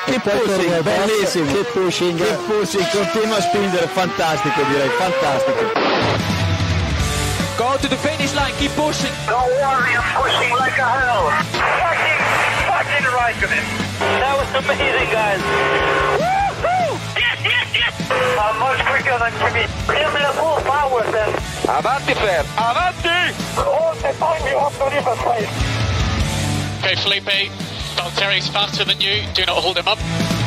Keep pushing, bellissimo. Keep pushing, continua a spingere, fantastico direi, fantastico. Go to the finish line, keep pushing. Don't worry, I'm pushing like a hell. Fucking right with him. That was amazing, guys. Woo-hoo! Yes! Much quicker than Jimmy. Give me the full power then. Avanti, Fer, avanti! All the time you have to leave a place. Okay, Felipe, Valtteri's faster than you. Do not hold him up.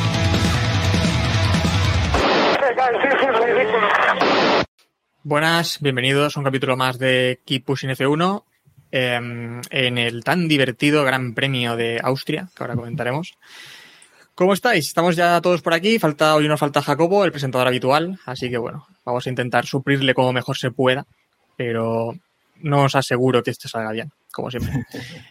Okay, guys, this is ridiculous. Buenas, bienvenidos a un capítulo más de Keep Pushing F1 en el tan divertido Gran Premio de Austria, que ahora comentaremos. ¿Cómo estáis? Estamos ya todos por aquí. Hoy nos falta Jacobo, el presentador habitual, así que bueno, vamos a intentar suplirle como mejor se pueda, pero no os aseguro que esto salga bien, como siempre.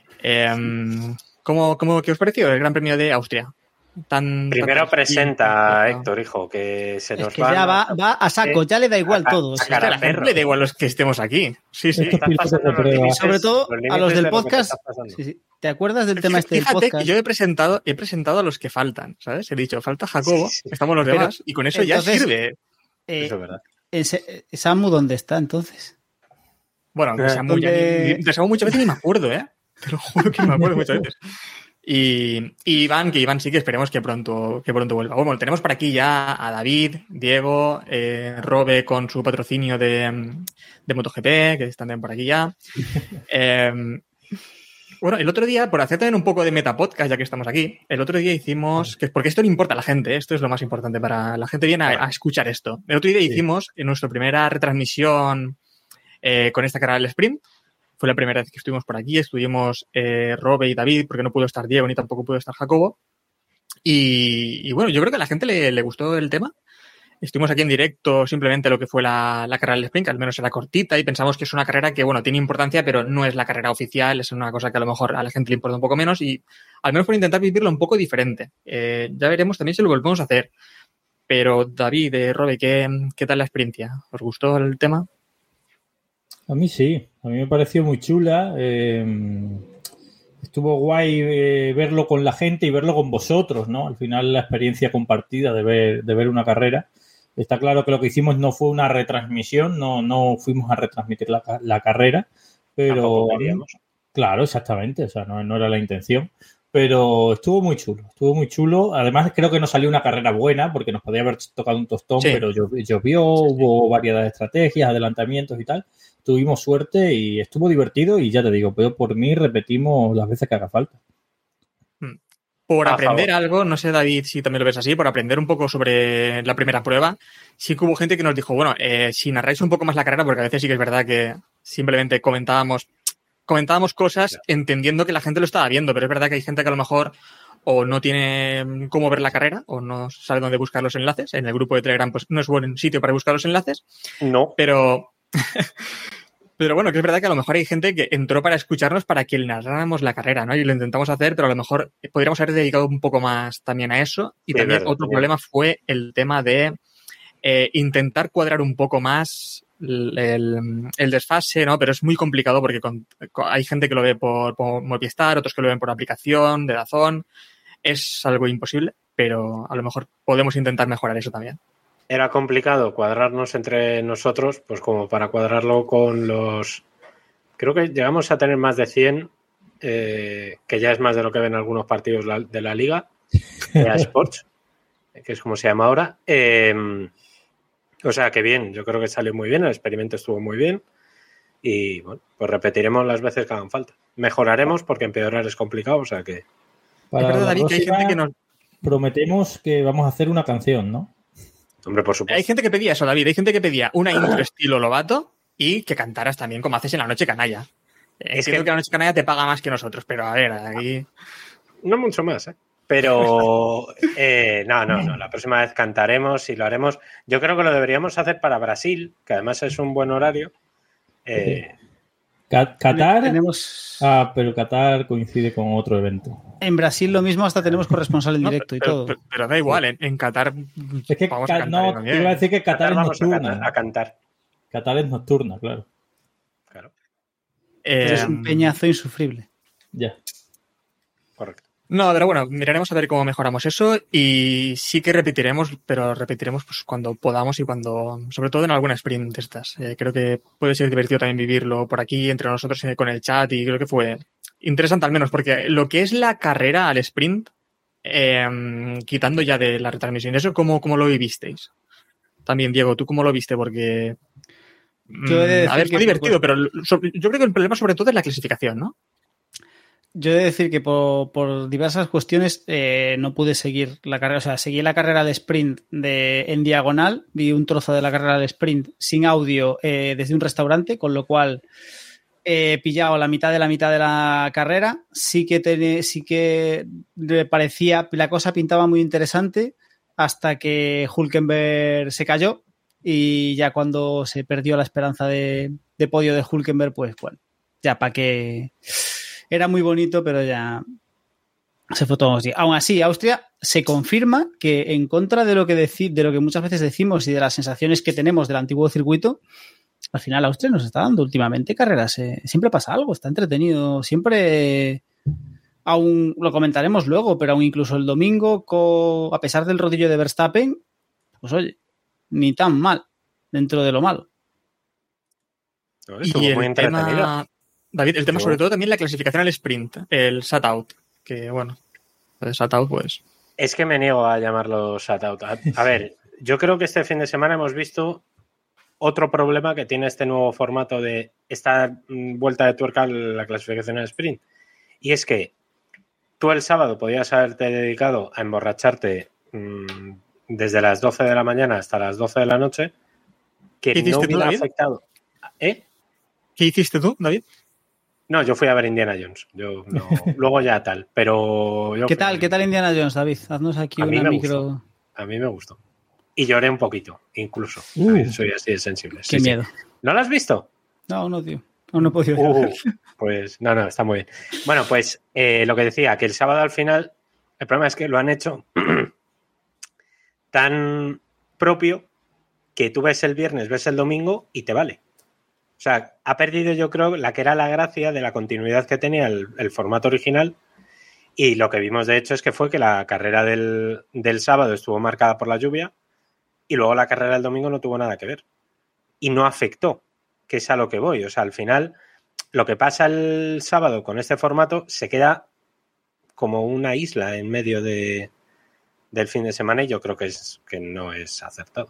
¿Qué os pareció el Gran Premio de Austria? Primero presenta, Héctor, hijo, que se nos que ya va a saco, ya le da igual todo. A la gente le da igual los que estemos aquí. Sí. Sobre todo a los del podcast. Sí. ¿Te acuerdas del tema este del podcast? Fíjate que yo he presentado a los que faltan, ¿sabes? He dicho, falta Jacobo, estamos los demás, y con eso entonces, ya sirve. Eso es verdad. ¿Samu dónde está, entonces? Bueno, de Samu muchas veces ni me acuerdo, ¿eh? Te lo juro que me acuerdo muchas veces. Y Iván sí que esperemos que pronto vuelva. Bueno, tenemos por aquí ya a David, Diego, Robe con su patrocinio de MotoGP, que están también por aquí ya. Bueno, el otro día, por hacer también un poco de metapodcast, ya que estamos aquí, el otro día hicimos, porque esto le importa a la gente, esto es lo más importante para la gente, viene a escuchar esto. El otro día hicimos en nuestra primera retransmisión con esta carrera del sprint. Fue la primera vez que estuvimos por aquí, estuvimos Robe y David, porque no pudo estar Diego ni tampoco pudo estar Jacobo. Y bueno, yo creo que a la gente le gustó el tema. Estuvimos aquí en directo simplemente lo que fue la carrera del sprint, que al menos era cortita, y pensamos que es una carrera que, bueno, tiene importancia, pero no es la carrera oficial, es una cosa que a lo mejor a la gente le importa un poco menos, y al menos por intentar vivirlo un poco diferente. Ya veremos también si lo volvemos a hacer. Pero David, Robe, ¿qué tal la experiencia? ¿Os gustó el tema? A mí sí, a mí me pareció muy chula. Estuvo guay verlo con la gente y verlo con vosotros, ¿no? Al final la experiencia compartida de ver una carrera. Está claro que lo que hicimos no fue una retransmisión, no fuimos a retransmitir la carrera, pero claro, exactamente, o sea, no era la intención. Pero estuvo muy chulo. Además, creo que nos salió una carrera buena, porque nos podía haber tocado un tostón, sí. Pero llovió, hubo variedad de estrategias, adelantamientos y tal. Tuvimos suerte y estuvo divertido y ya te digo, pero por mí repetimos las veces que haga falta. Por aprender algo, no sé, David, si también lo ves así, por aprender un poco sobre la primera prueba, sí que hubo gente que nos dijo, bueno, si narráis un poco más la carrera, porque a veces sí que es verdad que simplemente comentábamos cosas entendiendo que la gente lo estaba viendo, pero es verdad que hay gente que a lo mejor o no tiene cómo ver la carrera o no sabe dónde buscar los enlaces. En el grupo de Telegram pues no es buen sitio para buscar los enlaces. No. Pero bueno, que es verdad que a lo mejor hay gente que entró para escucharnos para que le narráramos la carrera, ¿no? Y lo intentamos hacer, pero a lo mejor podríamos haber dedicado un poco más también a eso. Y sí, también otro problema fue el tema de intentar cuadrar un poco más el desfase, ¿no? Pero es muy complicado porque hay gente que lo ve por Movistar, otros que lo ven por aplicación de DAZN. Es algo imposible, pero a lo mejor podemos intentar mejorar eso también. Era complicado cuadrarnos entre nosotros, pues como para cuadrarlo con los... Creo que llegamos a tener más de 100, que ya es más de lo que ven algunos partidos de la Liga, de Sports, que es como se llama ahora. O sea, que bien, yo creo que salió muy bien, el experimento estuvo muy bien y, bueno, pues repetiremos las veces que hagan falta. Mejoraremos porque empeorar es complicado, o sea que... Para la David, que hay gente que nos... Prometemos que vamos a hacer una canción, ¿no? Hombre, por supuesto. Hay gente que pedía eso, David. Hay gente que pedía una intro estilo Lobato y que cantaras también como haces en La Noche Canalla. Entiendo que La Noche Canalla te paga más que nosotros, pero a ver, aquí... No mucho más, ¿eh? Pero no. La próxima vez cantaremos y lo haremos. Yo creo que lo deberíamos hacer para Brasil, que además es un buen horario. Qatar. Pero Qatar coincide con otro evento. En Brasil lo mismo, hasta tenemos corresponsal en directo y todo. Pero da igual, en Qatar es que vamos a cantar. No, te iba a decir que Qatar es nocturna. A cantar. Qatar es nocturna, claro. Es un peñazo insufrible. Ya. Correcto. No, pero bueno, miraremos a ver cómo mejoramos eso y sí que repetiremos, pero repetiremos pues cuando podamos y cuando, sobre todo en alguna sprint de estas. Creo que puede ser divertido también vivirlo por aquí entre nosotros con el chat y creo que fue interesante al menos porque lo que es la carrera al sprint, quitando ya de la retransmisión, ¿eso cómo lo vivisteis? También, Diego, ¿tú cómo lo viste? Porque, a ver, fue divertido, pero yo creo que el problema sobre todo es la clasificación, ¿no? Yo he de decir que por diversas cuestiones no pude seguir la carrera. O sea, seguí la carrera de sprint en diagonal. Vi un trozo de la carrera de sprint sin audio desde un restaurante, con lo cual he pillado la mitad de la carrera. Sí que me parecía, la cosa pintaba muy interesante hasta que Hülkenberg se cayó y ya cuando se perdió la esperanza de podio de Hülkenberg, pues bueno, ya para qué... Era muy bonito, pero ya se fue todo. Aún así, Austria se confirma que en contra de lo que muchas veces decimos y de las sensaciones que tenemos del antiguo circuito, al final Austria nos está dando últimamente carreras. Siempre pasa algo, está entretenido. Siempre, aún lo comentaremos luego, pero aún incluso el domingo, a pesar del rodillo de Verstappen, pues oye, ni tan mal dentro de lo malo. Y el tema... David, el tema sobre todo también la clasificación al sprint, el shutout, que bueno, el shutout pues... Es que me niego a llamarlo shutout. A ver, yo creo que este fin de semana hemos visto otro problema que tiene este nuevo formato de esta vuelta de tuerca a la clasificación al sprint. Y es que tú el sábado podías haberte dedicado a emborracharte desde las 12 de la mañana hasta las 12 de la noche, que no hubiera afectado. ¿Eh? ¿Qué hiciste tú, David? No, yo fui a ver Indiana Jones. Yo no, luego ya tal, pero... ¿Qué tal Indiana Jones, David? Haznos aquí una micro... A mí me gustó. Y lloré un poquito, incluso. Soy así de sensible. Qué miedo. Sí. ¿No lo has visto? No, tío. Aún no he podido. Pues no, está muy bien. Bueno, pues lo que decía, que el sábado al final, el problema es que lo han hecho tan propio que tú ves el viernes, ves el domingo y te vale. O sea, ha perdido yo creo la que era la gracia de la continuidad que tenía el formato original y lo que vimos de hecho es que fue que la carrera del sábado estuvo marcada por la lluvia y luego la carrera del domingo no tuvo nada que ver y no afectó, que es a lo que voy. O sea, al final lo que pasa el sábado con este formato se queda como una isla en medio del fin de semana y yo creo que no es acertado.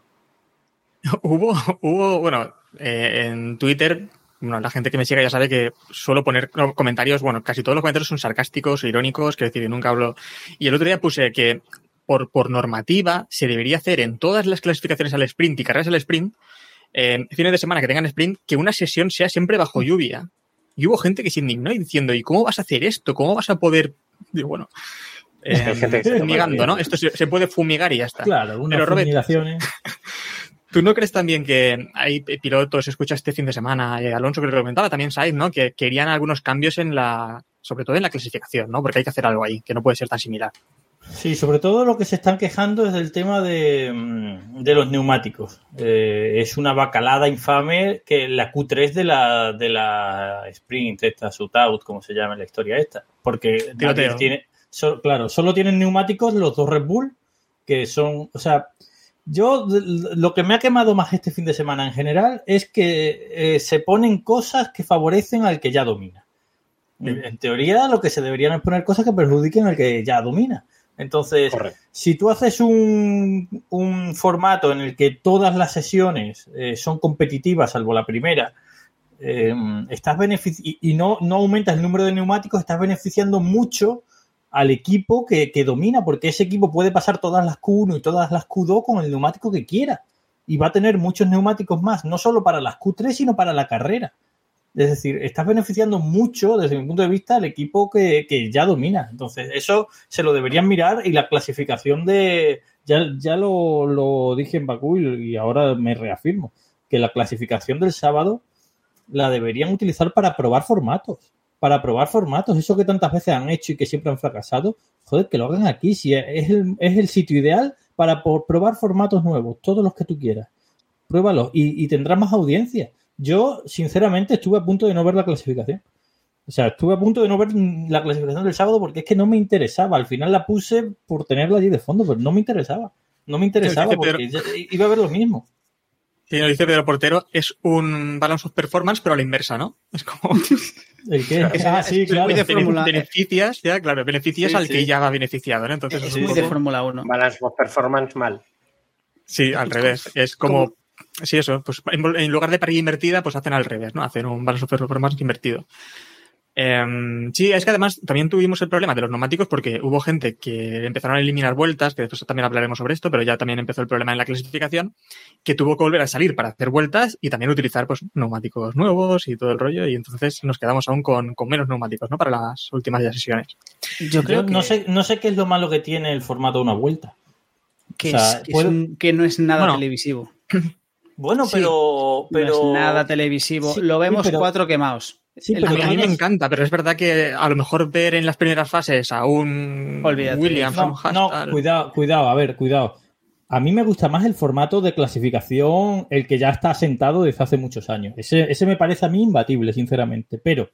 Hubo bueno, en Twitter, bueno, la gente que me sigue ya sabe que suelo poner comentarios, bueno, casi todos los comentarios son sarcásticos, irónicos, que decir, nunca hablo. Y el otro día puse que por normativa se debería hacer en todas las clasificaciones al sprint y carreras al sprint, fines de semana que tengan sprint, que una sesión sea siempre bajo lluvia. Y hubo gente que se indignó diciendo, ¿y cómo vas a hacer esto? ¿Cómo vas a poder...? Digo, bueno... fumigando, ¿no? Esto se puede fumigar y ya está. Claro, unas fumigaciones... ¿Tú no crees también que hay pilotos, escucha este fin de semana, Alonso que lo comentaba, también Sainz, ¿no? Que querían algunos cambios sobre todo en la clasificación, ¿no? Porque hay que hacer algo ahí, que no puede ser tan similar. Sí, sobre todo lo que se están quejando es del tema de los neumáticos. Es una bacalada infame que la Q3 de la sprint, esta shootout, como se llama en la historia esta. Porque solo tienen neumáticos los dos Red Bull, que son, o sea... Yo, lo que me ha quemado más este fin de semana en general es que se ponen cosas que favorecen al que ya domina. En teoría, lo que se deberían es poner cosas que perjudiquen al que ya domina. Entonces, correcto. Si tú haces un formato en el que todas las sesiones son competitivas, salvo la primera, y no aumentas el número de neumáticos, estás beneficiando mucho al equipo que domina, porque ese equipo puede pasar todas las Q1 y todas las Q2 con el neumático que quiera. Y va a tener muchos neumáticos más, no solo para las Q3, sino para la carrera. Es decir, estás beneficiando mucho, desde mi punto de vista, al equipo que ya domina. Entonces, eso se lo deberían mirar y la clasificación ya lo dije en Bakú y ahora me reafirmo, que la clasificación del sábado la deberían utilizar para probar formatos. Eso que tantas veces han hecho y que siempre han fracasado, joder, que lo hagan aquí, si es el sitio ideal para probar formatos nuevos, todos los que tú quieras. Pruébalos y tendrás más audiencia. Yo, sinceramente, estuve a punto de no ver la clasificación. O sea, estuve a punto de no ver la clasificación del sábado porque es que no me interesaba. Al final la puse por tenerla allí de fondo, pero no me interesaba. No me interesaba porque iba a ver lo mismo. Sí, lo dice Pedro Portero, es un Balance of Performance, pero a la inversa, ¿no? Es como... ¿El qué? Sí, claro. Muy de Fórmula. Beneficias, ya, claro, beneficias Sí, al sí. que ya va beneficiado, ¿no? Entonces Es muy de Fórmula 1. Balance of Performance mal. Sí, al revés. Es como... Sí, eso. Pues en lugar de parrilla invertida, pues hacen al revés, ¿no? Hacen un Balance of Performance invertido. Sí, es que además también tuvimos el problema de los neumáticos porque hubo gente que empezaron a eliminar vueltas, que después también hablaremos sobre esto, pero ya también empezó el problema en la clasificación, que tuvo que volver a salir para hacer vueltas y también utilizar pues neumáticos nuevos y todo el rollo, y entonces nos quedamos aún con menos neumáticos, ¿no? Para las últimas ya sesiones. Yo creo que no sé qué es lo malo que tiene el formato de una vuelta. que, O sea, que no es nada Bueno. televisivo. Bueno, Sí, pero... No es nada televisivo. Sí, Lo vemos pero- 4 quemados. Sí, El pero A mí me viernes- encanta, pero es verdad que a lo mejor ver en las primeras fases a un Olvídate. Williams, a un Haas, No, tal. cuidado. A mí me gusta más el formato de clasificación, el que ya está asentado desde hace muchos años. Ese me parece a mí imbatible, sinceramente. Pero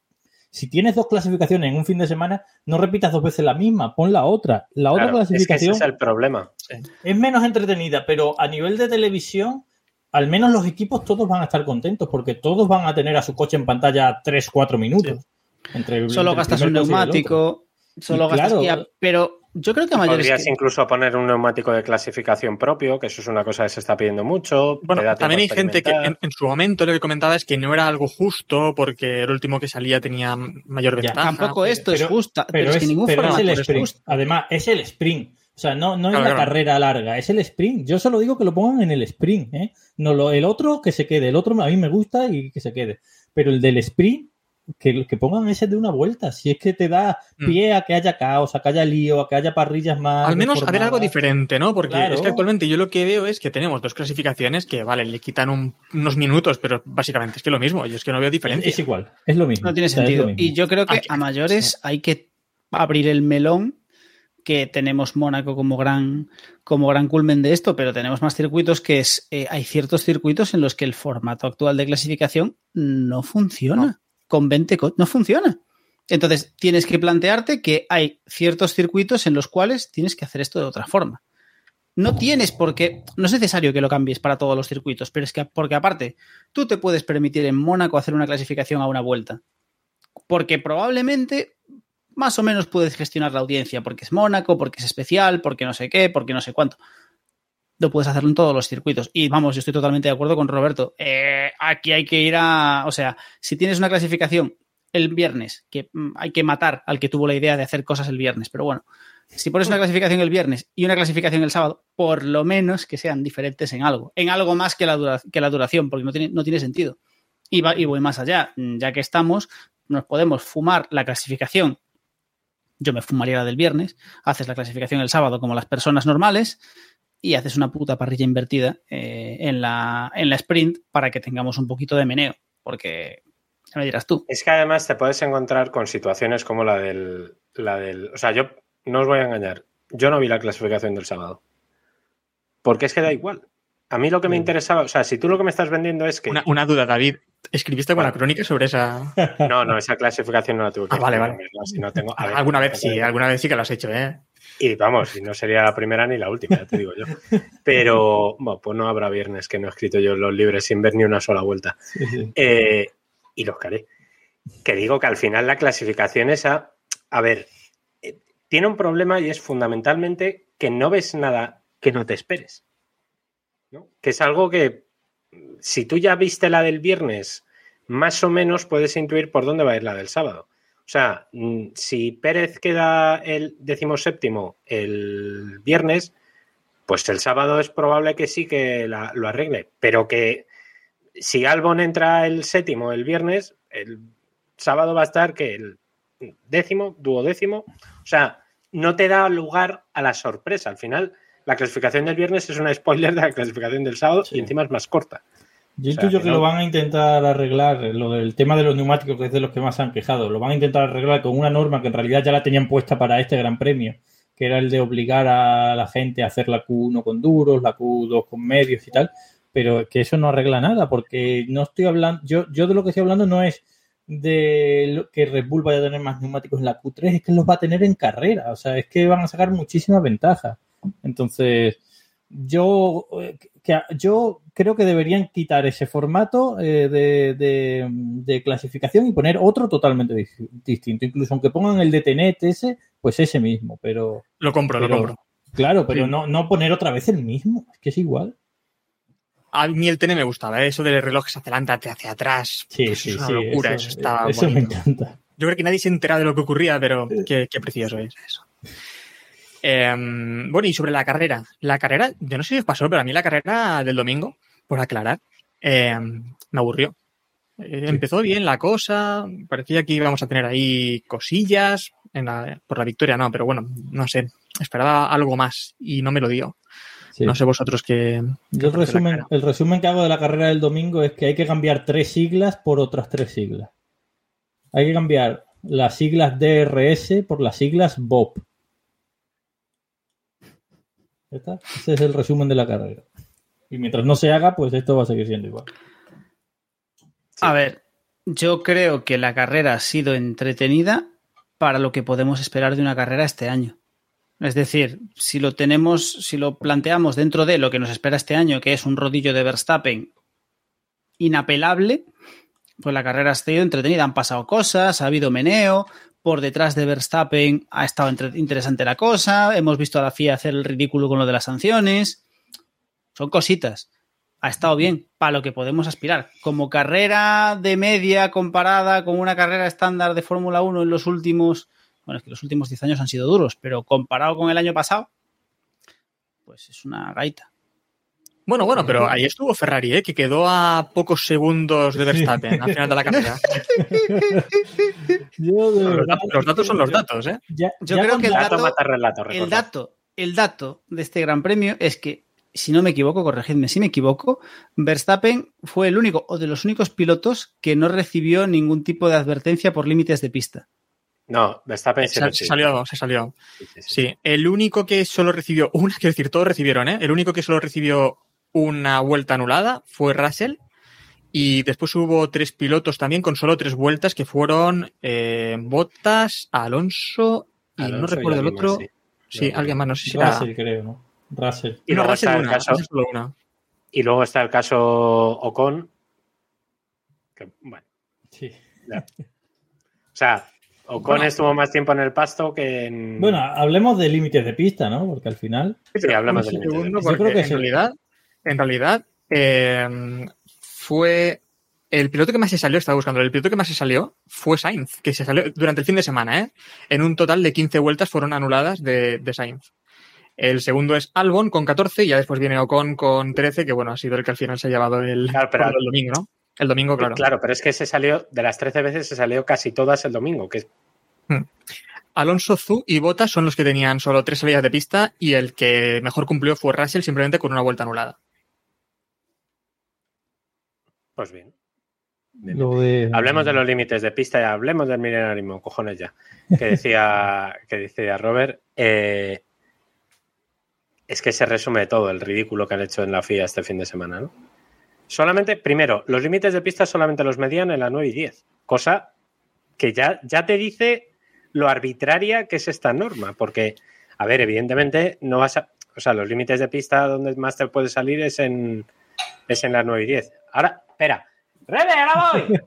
si tienes 2 clasificaciones en un fin de semana, no repitas 2 veces la misma, pon la otra. La otra Claro, es que clasificación ese es el problema. es menos entretenida, pero a nivel de televisión, al menos los equipos todos van a estar contentos porque todos van a tener a su coche en pantalla 3-4 minutos. Solo gastas un neumático, solo Y gastas... claro, pero yo creo que a mayores... Podrías incluso poner un neumático de clasificación propio, que eso es una cosa que se está pidiendo mucho. Bueno, te da también hay tiempo a gente que experimentar. en su momento lo que comentaba es que no era algo justo porque el último que salía tenía mayor Ya, ventaja. Tampoco esto es justa, pero es que ningún pero es formato el es sprint. justo. Además, es el sprint. O sea, no es Claro, la claro. carrera larga, es el sprint. Yo solo digo que lo pongan en el sprint, ¿eh? No, el otro que se quede. El otro a mí me gusta y que se quede. Pero el del sprint, que pongan ese de una vuelta. Si es que te da pie a que haya caos, a que haya lío, a que haya parrillas más. Al menos a ver algo deformadas. diferente, ¿no? Porque Claro. es que actualmente yo lo que veo es que tenemos 2 clasificaciones que, vale, le quitan unos minutos, pero básicamente es que lo mismo. Yo es que no veo diferencia. Es igual, es lo mismo. No tiene O sea, es lo sentido. mismo. Y yo creo que Aquí, a mayores sí. hay que abrir el melón, que tenemos Mónaco como gran culmen de esto, pero tenemos más circuitos que hay ciertos circuitos en los que el formato actual de clasificación no funciona. No. Con 20 no funciona. Entonces tienes que plantearte que hay ciertos circuitos en los cuales tienes que hacer esto de otra forma. No tienes por qué, no es necesario que lo cambies para todos los circuitos, pero es que porque aparte tú te puedes permitir en Mónaco hacer una clasificación a una vuelta, porque probablemente más o menos puedes gestionar la audiencia, porque es Mónaco, porque es especial, porque no sé qué, porque no sé cuánto. Lo puedes hacerlo en todos los circuitos. Y vamos, yo estoy totalmente de acuerdo con Roberto. Aquí hay que ir o sea, si tienes una clasificación el viernes, que hay que matar al que tuvo la idea de hacer cosas el viernes, pero bueno, si pones una clasificación el viernes y una clasificación el sábado, por lo menos que sean diferentes en algo más que la duración, porque no tiene sentido. Y voy más allá, ya que estamos, nos podemos fumar la clasificación. Yo me fumaría la del viernes, haces la clasificación el sábado como las personas normales y haces una puta parrilla invertida en la sprint para que tengamos un poquito de meneo, porque ya me dirás tú. Es que además te puedes encontrar con situaciones como la del... O sea, yo no os voy a engañar, yo no vi la clasificación del sábado, porque es que da igual. A mí lo que me interesaba, o sea, si tú lo que me estás vendiendo es que... Una duda, David. ¿Escribiste alguna crónica sobre esa...? No, esa clasificación no la tuve que vale. Si no tengo... A ver, alguna vez sí que lo has hecho, ¿eh? Y vamos, y no sería la primera ni la última, ya te digo yo. Pero, bueno, pues no habrá viernes que no he escrito yo los libres sin ver ni una sola vuelta. Sí. Y los que haré. Que digo que al final la clasificación esa... A ver, tiene un problema y es fundamentalmente que no ves nada que no te esperes, ¿no? Que es algo que, si tú ya viste la del viernes, más o menos puedes intuir por dónde va a ir la del sábado. O sea, si Pérez queda el 17º el viernes, pues el sábado es probable que sí que lo arregle. Pero que si Albon entra el 7º el viernes, el sábado va a estar que el 10º, 12º. O sea, no te da lugar a la sorpresa. Al final, la clasificación del viernes es una spoiler de la clasificación del sábado y encima es más corta. Yo intuyo que lo van a intentar arreglar, lo del tema de los neumáticos, que es de los que más se han quejado, lo van a intentar arreglar con una norma que en realidad ya la tenían puesta para este Gran Premio, que era el de obligar a la gente a hacer la Q1 con duros, la Q2 con medios y tal, pero que eso no arregla nada, porque no estoy hablando, yo de lo que estoy hablando no es de que Red Bull vaya a tener más neumáticos en la Q3, es que los va a tener en carrera. O sea, es que van a sacar muchísima ventaja. Entonces, yo creo que deberían quitar ese formato de clasificación y poner otro totalmente distinto. Incluso aunque pongan el de TNT ese, pues ese mismo. Pero Lo compro. Claro, pero Sí. no poner otra vez el mismo. Es que es igual. A mí el TN me gustaba, eso del reloj hacia adelante, hacia atrás. Sí, Pues sí, es una sí. locura, eso estaba Eso me bonito. encanta. Yo creo que nadie se entera de lo que ocurría, pero qué precioso es eso. Bueno, y sobre la carrera. La carrera, yo no sé si os pasó, pero a mí la carrera del domingo, por aclarar, me aburrió. Empezó bien la cosa, parecía que íbamos a tener ahí cosillas, por la victoria no, pero bueno, no sé, esperaba algo más y no me lo dio. Sí. No sé vosotros qué... Yo el resumen que hago de la carrera del domingo es que hay que cambiar 3 siglas por otras 3 siglas. Hay que cambiar las siglas DRS por las siglas BOP. ¿Ya está? Ese es el resumen de la carrera. Y mientras no se haga, pues esto va a seguir siendo igual. A ver, yo creo que la carrera ha sido entretenida para lo que podemos esperar de una carrera este año. Es decir, si lo planteamos dentro de lo que nos espera este año, que es un rodillo de Verstappen inapelable, pues la carrera ha sido entretenida. Han pasado cosas, ha habido meneo, por detrás de Verstappen ha estado interesante la cosa, hemos visto a la FIA hacer el ridículo con lo de las sanciones. Son cositas. Ha estado bien para lo que podemos aspirar. Como carrera de media comparada con una carrera estándar de Fórmula 1 en los últimos... Bueno, es que los últimos 10 años han sido duros, pero comparado con el año pasado, pues es una gaita. Bueno, pero ahí estuvo Ferrari, que quedó a pocos segundos de Verstappen al final de la carrera. Los datos son los datos, ¿eh? Yo creo que el dato de este Gran Premio es que, si no me equivoco, corregidme si me equivoco, Verstappen fue el único o de los únicos pilotos que no recibió ningún tipo de advertencia por límites de pista. No, Verstappen se salió. Sí, el único que solo recibió una, quiero decir, todos recibieron, ¿eh? El único que solo recibió una vuelta anulada fue Russell, y después hubo 3 pilotos también con solo 3 vueltas que fueron Bottas, Alonso y no recuerdo el otro. Sí, alguien más, no sé si era... Russell, creo, ¿no? Russell. Y luego Russell está el caso... solo una. Y luego está el caso Ocon. Que, bueno. Sí. Ya. O sea, Ocon estuvo más tiempo en el pasto que en... Bueno, hablemos de límites de pista, ¿no? Porque al final... Sí, hablamos de límites de pista. Yo creo que en realidad fue el piloto que más se salió, estaba buscando, el piloto que más se salió fue Sainz, que se salió durante el fin de semana, ¿eh? En un total de 15 vueltas fueron anuladas de Sainz. El segundo es Albon con 14 y ya después viene Ocon con 13, que bueno, ha sido el que al final se ha llevado el domingo, ¿no? El domingo, claro. Claro, pero es que se salió, de las 13 veces se salió casi todas el domingo, que es... Alonso, Zhou y Bottas son los que tenían solo 3 salidas de pista y el que mejor cumplió fue Russell, simplemente con una vuelta anulada. Pues bien. Hablemos de los límites de pista y hablemos del milenarismo, cojones ya. Que decía Robert. Es que se resume todo el ridículo que han hecho en la FIA este fin de semana, ¿no? Solamente, primero, los límites de pista solamente los medían en la 9 y 10, cosa que ya te dice lo arbitraria que es esta norma, porque, a ver, evidentemente no vas a... O sea, los límites de pista donde más te puede salir es en las 9 y 10. Ahora, espera. ¡Rebe, ahora voy!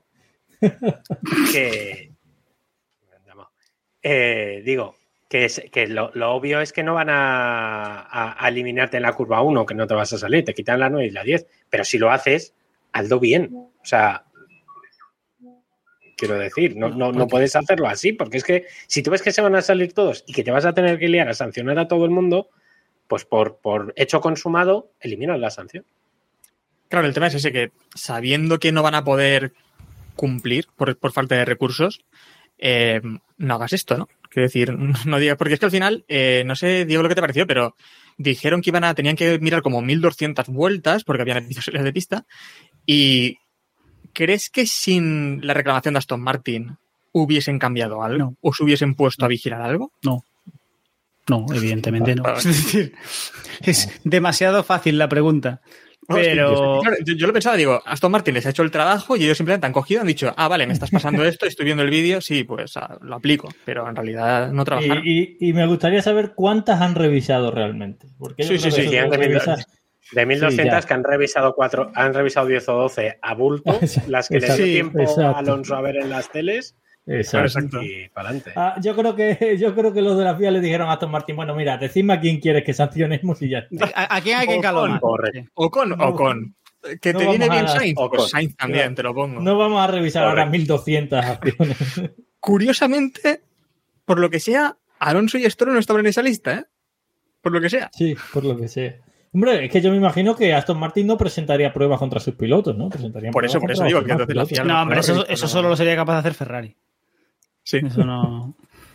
Digo, que lo obvio es que no van a eliminarte en la curva 1, que no te vas a salir, te quitan la 9 y la 10, pero si lo haces, hazlo bien. O sea, quiero decir, no puedes hacerlo así, porque es que si tú ves que se van a salir todos y que te vas a tener que liar a sancionar a todo el mundo, pues por hecho consumado, eliminas la sanción. Claro, el tema es ese, que sabiendo que no van a poder cumplir por falta de recursos, no hagas esto, ¿no? Quiero decir, no digas, porque es que al final, no sé, Diego, lo que te pareció, pero dijeron que tenían que mirar como 1.200 vueltas porque habían episodios de pista. ¿Y crees que sin la reclamación de Aston Martin hubiesen cambiado algo? No. ¿O se hubiesen puesto a vigilar algo? No, evidentemente no. Es decir, es demasiado fácil la pregunta. Pero... Claro, yo lo pensaba, digo, Aston Martin les ha hecho el trabajo y ellos simplemente han cogido y han dicho, vale, me estás pasando esto, estoy viendo el vídeo, sí, pues lo aplico. Pero en realidad no trabajaron. Y me gustaría saber cuántas han revisado realmente. Porque Sí. De 1.200 que han revisado 4, han revisado 10 o 12 a bulto, las que les dio tiempo a Alonso a ver en las teles. Exacto. Y para adelante. Yo creo que los de la FIA le dijeron a Aston Martin, bueno, mira, decidme a quién quieres que sancionemos y ya está. ¿A quién hay que encalomar? Ocon. Que te viene bien Sainz, pues Sainz también, te lo pongo. No vamos a revisar ahora 1.200 acciones. Curiosamente, por lo que sea, Alonso y Stroll no estaban en esa lista, ¿eh? Por lo que sea. Sí, por lo que sea. Hombre, es que yo me imagino que Aston Martin no presentaría pruebas contra sus pilotos, ¿no? Por eso digo que entonces la FIA no, pero eso solo lo sería capaz de hacer Ferrari. Sí. Eso no...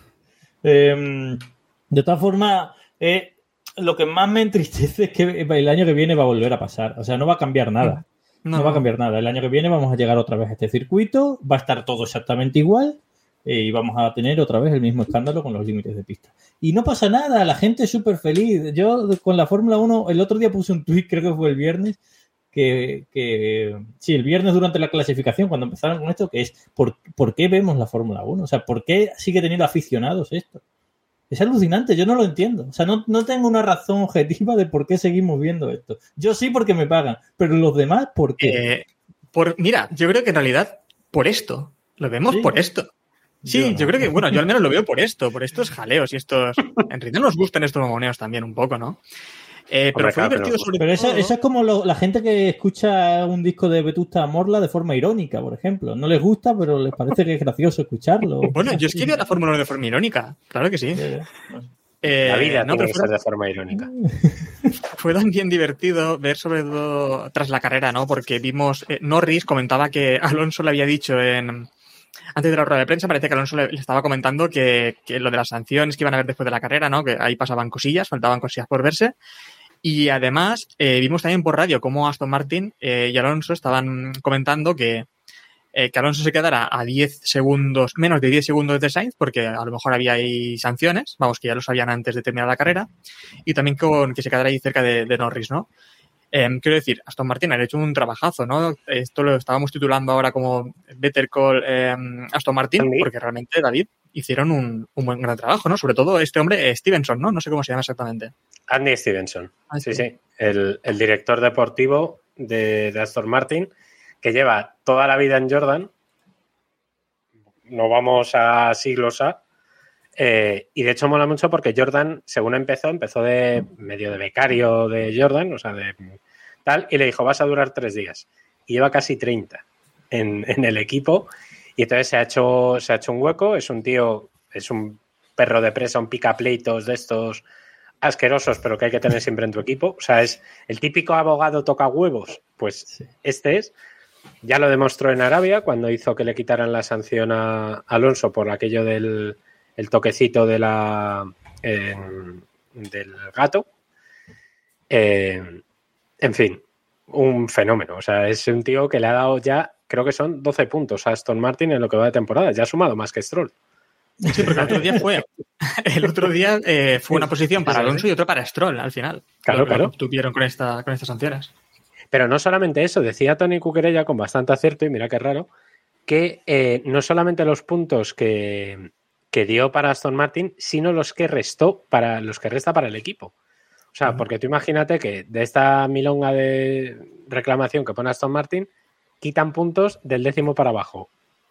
De todas formas, lo que más me entristece es que el año que viene va a volver a pasar. O sea, no va a cambiar nada. No va a cambiar nada. El año que viene vamos a llegar otra vez a este circuito, va a estar todo exactamente igual y vamos a tener otra vez el mismo escándalo con los límites de pista. Y no pasa nada, la gente es súper feliz. Yo con la Fórmula 1, el otro día puse un tuit, creo que fue el viernes, el viernes durante la clasificación, cuando empezaron con esto, que es ¿por qué vemos la Fórmula 1? O sea, ¿por qué sigue teniendo aficionados esto? Es alucinante, yo no lo entiendo. O sea, no tengo una razón objetiva de por qué seguimos viendo esto. Yo sí porque me pagan, pero los demás, ¿por qué? Mira, yo creo que en realidad por esto. Lo vemos por esto. Sí, yo creo que, bueno, yo al menos lo veo por estos jaleos y estos... En realidad nos gustan estos mamoneos también un poco, ¿no? Pero fue divertido sobre todo... Eso es como la gente que escucha un disco de Vetusta Morla de forma irónica, por ejemplo. No les gusta, pero les parece que es gracioso escucharlo. Bueno, yo es que veo la Fórmula 1 de forma irónica. Claro que sí. La vida tiene que ser de forma irónica. Fue también divertido ver sobre todo tras la carrera, ¿no? Porque vimos... Norris comentaba que Alonso le había dicho antes de la rueda de prensa, parece que Alonso le estaba comentando que lo de las sanciones que iban a ver después de la carrera, ¿no? Que ahí pasaban cosillas, faltaban cosillas por verse. Y además, vimos también por radio cómo Aston Martin y Alonso estaban comentando que Alonso se quedara a 10 segundos, menos de 10 segundos de Sainz, porque a lo mejor había ahí sanciones, vamos, que ya lo sabían antes de terminar la carrera, y también que se quedara ahí cerca de Norris, ¿no? Quiero decir, Aston Martin ha hecho un trabajazo, ¿no? Esto lo estábamos titulando ahora como Better Call Aston Martin, porque realmente, David, hicieron un buen gran trabajo, ¿no? Sobre todo este hombre, Stevenson, ¿no? No sé cómo se llama exactamente. Andy Stevenson, sí. El director deportivo de Aston Martin, que lleva toda la vida en Jordan, no vamos a siglos y de hecho mola mucho porque Jordan, según empezó de medio de becario de Jordan, o sea, de tal, y le dijo, vas a durar 3 días. Y lleva casi 30 en el equipo, y entonces se ha hecho un hueco, es un tío, es un perro de presa, un picapleitos de estos asquerosos, pero que hay que tener siempre en tu equipo. O sea, es el típico abogado toca huevos, pues sí. Este es. Ya lo demostró en Arabia cuando hizo que le quitaran la sanción a Alonso por aquello del toquecito del gato. En fin, un fenómeno. O sea, es un tío que le ha dado ya, creo que son 12 puntos a Aston Martin en lo que va de temporada. Ya ha sumado más que Stroll. Sí, porque el otro día fue una posición para Alonso y otra para Stroll al final. Claro. Lo tuvieron con estas sanciones. Pero no solamente eso, decía Tony Cuquerella con bastante acierto, y mira qué raro, que no solamente los puntos que dio para Aston Martin, sino los que resta para el equipo. O sea, porque tú imagínate que de esta milonga de reclamación que pone Aston Martin, quitan puntos del 10º para abajo.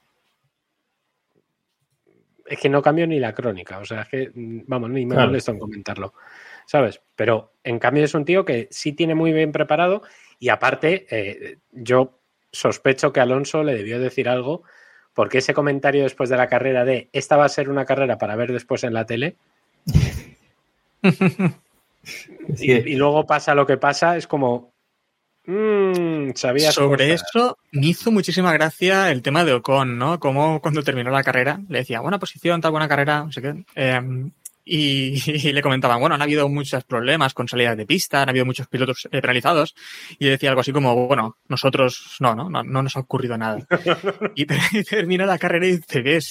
Es que no cambio ni la crónica, o sea, es que, vamos, ni me molesto en comentarlo, ¿sabes? Pero en cambio es un tío que sí tiene muy bien preparado, y aparte yo sospecho que Alonso le debió decir algo, porque ese comentario después de la carrera de esta va a ser una carrera para ver después en la tele y luego pasa lo que pasa, es como sabías sobre eso me hizo muchísima gracia el tema de Ocon, ¿no? Como cuando terminó la carrera le decía buena posición, tal, buena carrera, no sé qué, y le comentaban, bueno, han habido muchos problemas con salidas de pista, han habido muchos pilotos penalizados, y decía algo así como, bueno, nosotros no nos ha ocurrido nada. Y termina la carrera y te ves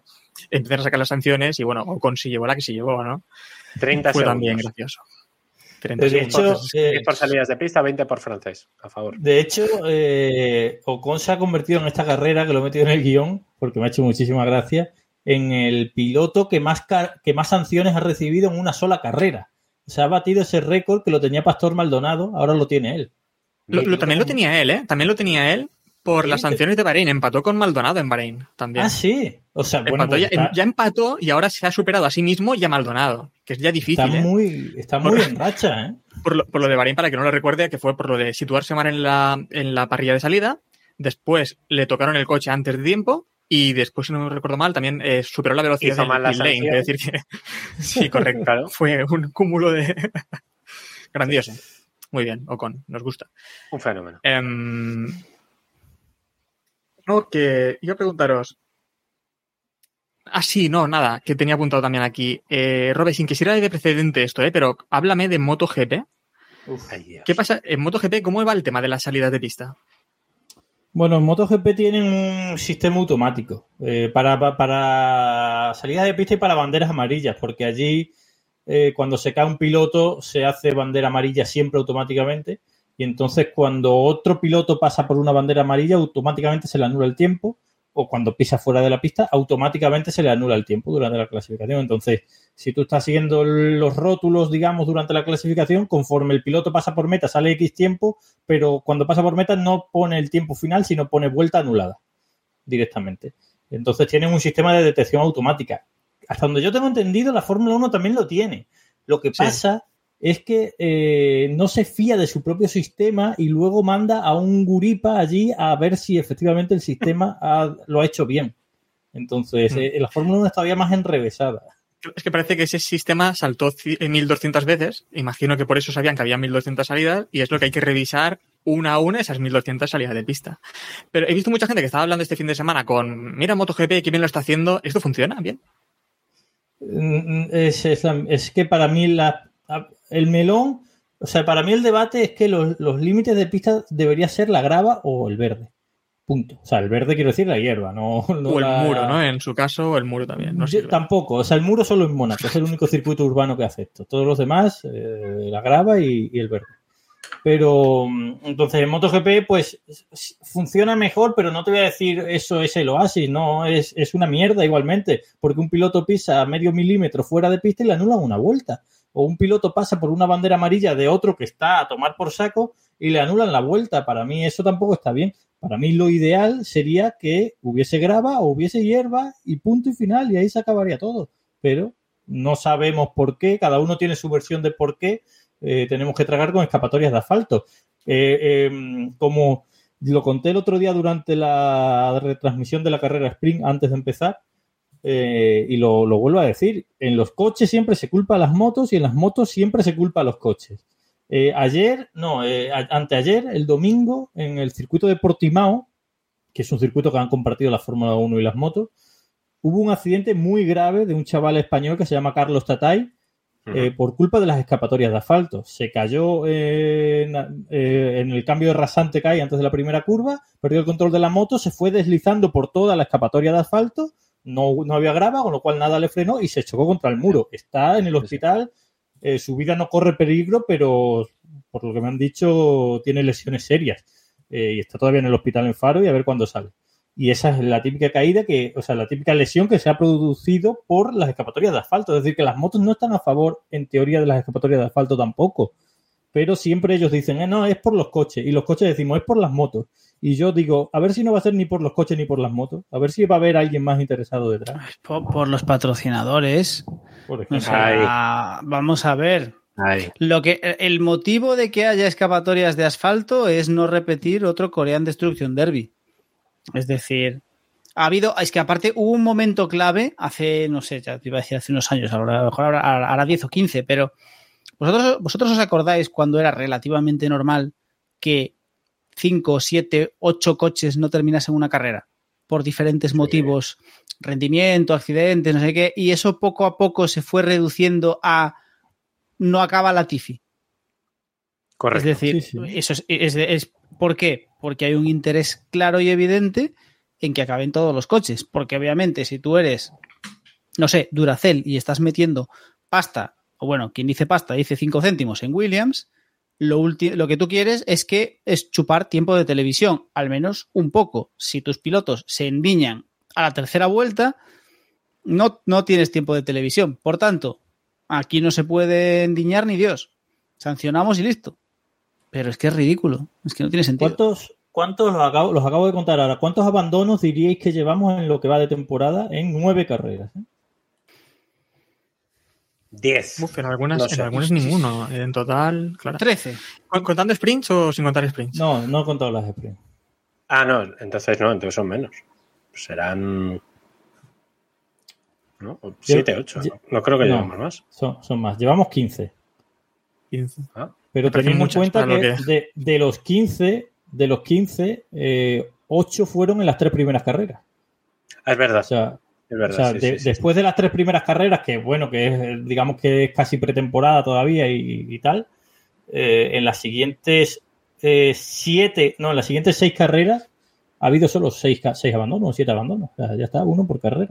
empezar a sacar las sanciones, y bueno, Ocon sí llevó la que sí llevó, ¿no? 30 Fue segundos. También gracioso. 30 De hecho, 10 por salidas de pista, 20 por francés, a favor. De hecho, Ocon se ha convertido en esta carrera, que lo he metido en el guión, porque me ha hecho muchísima gracia, en el piloto que más sanciones ha recibido en una sola carrera. Se ha batido ese récord que lo tenía Pastor Maldonado, ahora lo tiene él. También lo tenía él, ¿eh? También lo tenía él por ¿Sí? las sanciones de Bahrein. Empató con Maldonado en Bahrein también. Ah, sí. O sea, bueno, Empató, ya empató y ahora se ha superado a sí mismo y a Maldonado, que es ya difícil. Está muy en racha, ¿eh? Por lo de Bahrein, para que no lo recuerde, que fue por lo de situarse mal en la parrilla de salida. Después le tocaron el coche antes de tiempo y después, si no me recuerdo mal, también superó la velocidad Hizo mal la pit lane. Es decir, que sí, correcto. Claro. Fue un cúmulo de... grandioso. Muy bien, Ocon, nos gusta. Un fenómeno. No, que iba a preguntaros... sí, no, nada, que tenía apuntado también aquí. Robert, sin que sirva de precedente esto, pero háblame de MotoGP. ¿Qué pasa? En MotoGP, ¿cómo va el tema de las salidas de pista? Bueno, en MotoGP tienen un sistema automático para salidas de pista y para banderas amarillas, porque allí cuando se cae un piloto se hace bandera amarilla siempre automáticamente y entonces cuando otro piloto pasa por una bandera amarilla automáticamente se le anula el tiempo, o cuando pisa fuera de la pista automáticamente se le anula el tiempo durante la clasificación. Entonces, si tú estás siguiendo los rótulos, digamos, durante la clasificación, conforme el piloto pasa por meta sale X tiempo, pero cuando pasa por meta no pone el tiempo final, sino pone vuelta anulada directamente. Entonces tienen un sistema de detección automática. Hasta donde yo tengo entendido, la Fórmula 1 también lo tiene. Lo que pasa es que no se fía de su propio sistema y luego manda a un guripa allí a ver si efectivamente el sistema lo ha hecho bien. Entonces, la Fórmula 1 está todavía más enrevesada. Es que parece que ese sistema saltó 1.200 veces. Imagino que por eso sabían que había 1.200 salidas y es lo que hay que revisar una a una esas 1.200 salidas de pista. Pero he visto mucha gente que estaba hablando este fin de semana con mira MotoGP, qué bien lo está haciendo. ¿Esto funciona bien? Es que para mí el melón, o sea, para mí el debate es que los límites de pista debería ser la grava o el verde. Punto. O sea, el verde quiero decir la hierba, no o el muro, ¿no? En su caso, el muro también. No tampoco. O sea, el muro solo en Mónaco. Es el único circuito urbano que hace esto. Todos los demás, la grava y el verde. Pero, entonces, en MotoGP, pues, funciona mejor, pero no te voy a decir eso es el oasis, no, es una mierda igualmente, porque un piloto pisa medio milímetro fuera de pista y le anulan una vuelta. O un piloto pasa por una bandera amarilla de otro que está a tomar por saco y le anulan la vuelta. Para mí eso tampoco está bien. Para mí lo ideal sería que hubiese grava o hubiese hierba y punto y final, y ahí se acabaría todo. Pero no sabemos por qué, cada uno tiene su versión de por qué tenemos que tragar con escapatorias de asfalto. Como lo conté el otro día durante la retransmisión de la carrera sprint antes de empezar, y lo vuelvo a decir, en los coches siempre se culpa a las motos y en las motos siempre se culpa a los coches. Anteayer, el domingo, en el circuito de Portimao, que es un circuito que han compartido la Fórmula 1 y las motos, hubo un accidente muy grave de un chaval español que se llama Carlos Tatay, por culpa de las escapatorias de asfalto. Se cayó en el cambio de rasante que hay antes de la primera curva, perdió el control de la moto, se fue deslizando por toda la escapatoria de asfalto, no había grava, con lo cual nada le frenó y se chocó contra el muro. Está en el hospital, su vida no corre peligro, pero por lo que me han dicho tiene lesiones serias y está todavía en el hospital en Faro y a ver cuándo sale. Y esa es la típica caída la típica lesión que se ha producido por las escapatorias de asfalto. Es decir, que las motos no están a favor, en teoría, de las escapatorias de asfalto tampoco. Pero siempre ellos dicen, no, es por los coches. Y los coches decimos, es por las motos. Y yo digo, a ver si no va a ser ni por los coches ni por las motos. A ver si va a haber alguien más interesado detrás. Por los patrocinadores. Por ejemplo. O sea, vamos a ver. El motivo de que haya escapatorias de asfalto es no repetir otro Korean Destruction Derby. Es decir, es que aparte hubo un momento clave hace, no sé, ya te iba a decir hace unos años, a lo mejor ahora 10 o 15, pero vosotros os acordáis cuando era relativamente normal que 5, 7, 8 coches no terminasen una carrera por diferentes motivos, rendimiento, accidentes, no sé qué, y eso poco a poco se fue reduciendo a no acaba Latifi. Correcto. Es decir, eso es ¿por qué? Porque hay un interés claro y evidente en que acaben todos los coches. Porque obviamente si tú eres, no sé, Duracell y estás metiendo pasta o bueno, quien dice pasta dice 5 céntimos en Williams, lo que tú quieres es chupar tiempo de televisión, al menos un poco. Si tus pilotos se endiñan a la tercera vuelta, no tienes tiempo de televisión. Por tanto, aquí no se puede endiñar ni Dios. Sancionamos y listo. Pero es que es ridículo. Es que no tiene sentido. ¿Cuántos los acabo de contar ahora? ¿Cuántos abandonos diríais que llevamos en lo que va de temporada en 9 carreras? 10. En algunas ninguno. En total, claro. 13. ¿Contando sprints o sin contar sprints? No he contado las sprints. No, entonces son menos. Serán... ¿no? 7, 8. No creo que llevemos más. Son más. Llevamos 15. 15. Pero teniendo en cuenta que de los 15, 8 fueron en las 3 primeras carreras. Es verdad. Es verdad, después de las 3 primeras carreras, que bueno, que digamos que es casi pretemporada todavía y tal, en las siguientes 6 carreras ha habido solo 6 abandonos o 7 abandonos. O sea, ya está, 1 por carrera.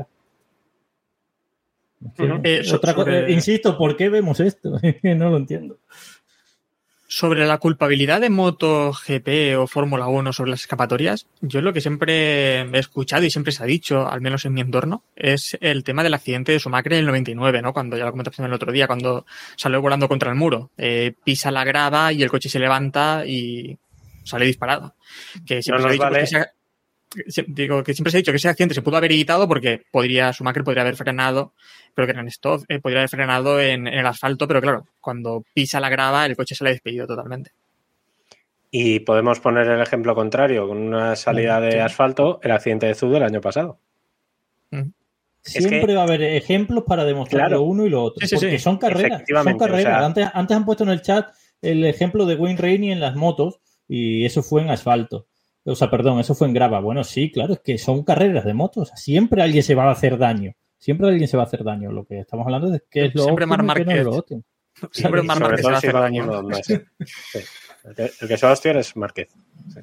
Insisto, ¿por qué vemos esto? No lo entiendo. Sobre la culpabilidad de MotoGP o Fórmula 1 sobre las escapatorias, yo lo que siempre he escuchado y siempre se ha dicho, al menos en mi entorno, es el tema del accidente de Schumacher en el 99, ¿no? Cuando ya lo comentamos el otro día, cuando salió volando contra el muro, pisa la grava y el coche se levanta y sale disparado. Que siempre se ha dicho que siempre se ha dicho que ese accidente se pudo haber evitado porque Schumacher podría haber frenado, pero que en stop podría haber frenado en el asfalto, pero claro, cuando pisa la grava el coche se le ha despedido totalmente. Y podemos poner el ejemplo contrario, con una salida de asfalto, el accidente de Zhou del año pasado. Siempre va a haber ejemplos para demostrar lo uno y lo otro, porque son carreras. Son carreras. O sea, antes han puesto en el chat el ejemplo de Wayne Rainey en las motos y eso fue en asfalto. O sea, perdón, eso fue en grava. Bueno, sí, claro, es que son carreras de motos. Siempre alguien se va a hacer daño. Lo que estamos hablando es que es lo siempre óptimo Marc y que no es lo Márquez. óptimo. Siempre Marc Márquez se va a hacer daño. Sí. El que se va a hostiar es Márquez. Sí.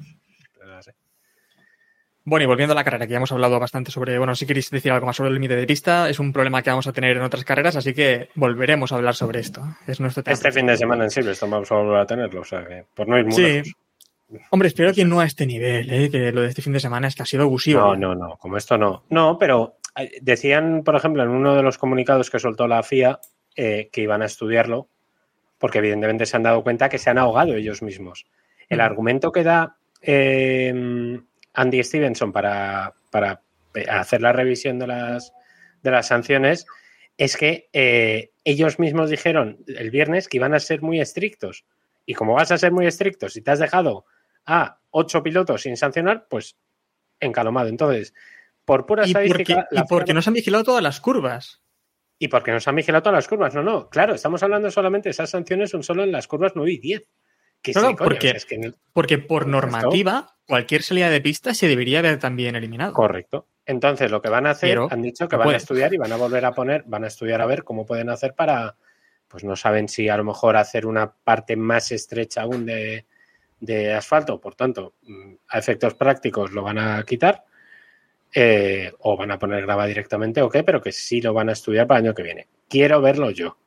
Bueno, y volviendo a la carrera, que ya hemos hablado bastante sobre... Bueno, si queréis decir algo más sobre el límite de pista, es un problema que vamos a tener en otras carreras, así que volveremos a hablar sobre esto. Es nuestro tema. Este fin de semana en Silverstone vamos a volver a tenerlo, o sea que por no ir muy lejos. Hombre, espero que no a este nivel, que lo de este fin de semana es que ha sido abusivo. No, como esto no. No, pero decían, por ejemplo, en uno de los comunicados que soltó la FIA que iban a estudiarlo, porque evidentemente se han dado cuenta que se han ahogado ellos mismos. El argumento que da Andy Stevenson para hacer la revisión de las sanciones es que ellos mismos dijeron el viernes que iban a ser muy estrictos. Y como vas a ser muy estrictos, si te has dejado a 8 pilotos sin sancionar, pues encalomado. Entonces, por pura estadística... ¿Y porque nos han vigilado todas las curvas? Y porque nos han vigilado todas las curvas. No. Claro, estamos hablando solamente, esas sanciones son solo en las curvas 9 y 10. Porque por normativa, cualquier salida de pista se debería haber también eliminado. Correcto. Entonces, lo que van a hacer, han dicho que van a estudiar y van a volver a van a estudiar a ver cómo pueden hacer para... Pues no saben si a lo mejor hacer una parte más estrecha aún de asfalto, por tanto, a efectos prácticos lo van a quitar o van a poner grava directamente o qué, pero que sí lo van a estudiar para el año que viene. Quiero verlo yo.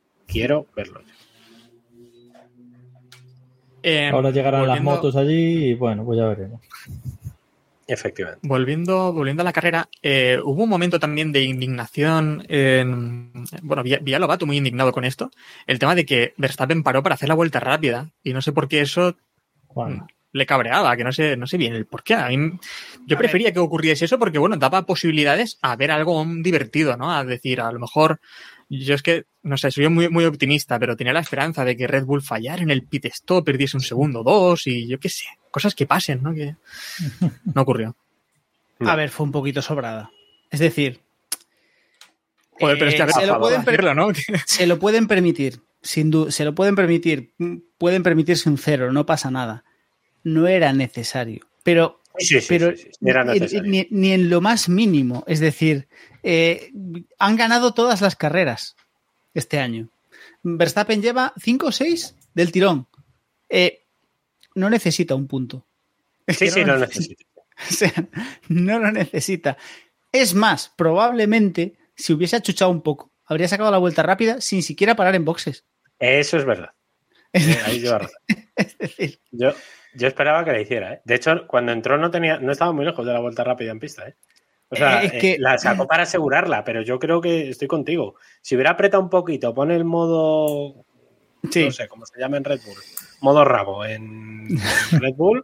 Ahora llegarán las motos allí y bueno, pues ya veremos. Efectivamente. Volviendo a la carrera, hubo un momento también de indignación. Vía Lobato muy indignado con esto. El tema de que Verstappen paró para hacer la vuelta rápida. Y no sé por qué eso le cabreaba, que no sé bien el por qué. Yo prefería que ocurriese eso porque, bueno, daba posibilidades a ver algo divertido, ¿no? A decir, a lo mejor... Yo es que, no sé, soy muy, muy optimista, pero tenía la esperanza de que Red Bull fallara en el pit stop, perdiese un segundo o dos y yo qué sé, cosas que pasen, ¿no? Que no ocurrió. A ver, fue un poquito sobrada. Es decir... Joder, pero es que se lo pueden permitir, sin duda, se lo pueden permitir. Pueden permitirse un 0, no pasa nada. No era necesario. Pero Era necesario. Ni en lo más mínimo. Es decir, han ganado todas las carreras este año. Verstappen lleva 5 o 6 del tirón. No necesita un punto. Lo necesita. O sea, no lo necesita. Es más, probablemente, si hubiese achuchado un poco, habría sacado la vuelta rápida sin siquiera parar en boxes. Eso es verdad. Ahí lleva razón. Es decir, Yo esperaba que la hiciera, ¿eh? De hecho, cuando entró no estaba muy lejos de la vuelta rápida en pista, ¿eh? O sea, es que... la sacó para asegurarla, pero yo creo que estoy contigo. Si hubiera apretado un poquito, pone el modo... Sí. No sé cómo se llama en Red Bull. Modo rabo en Red Bull,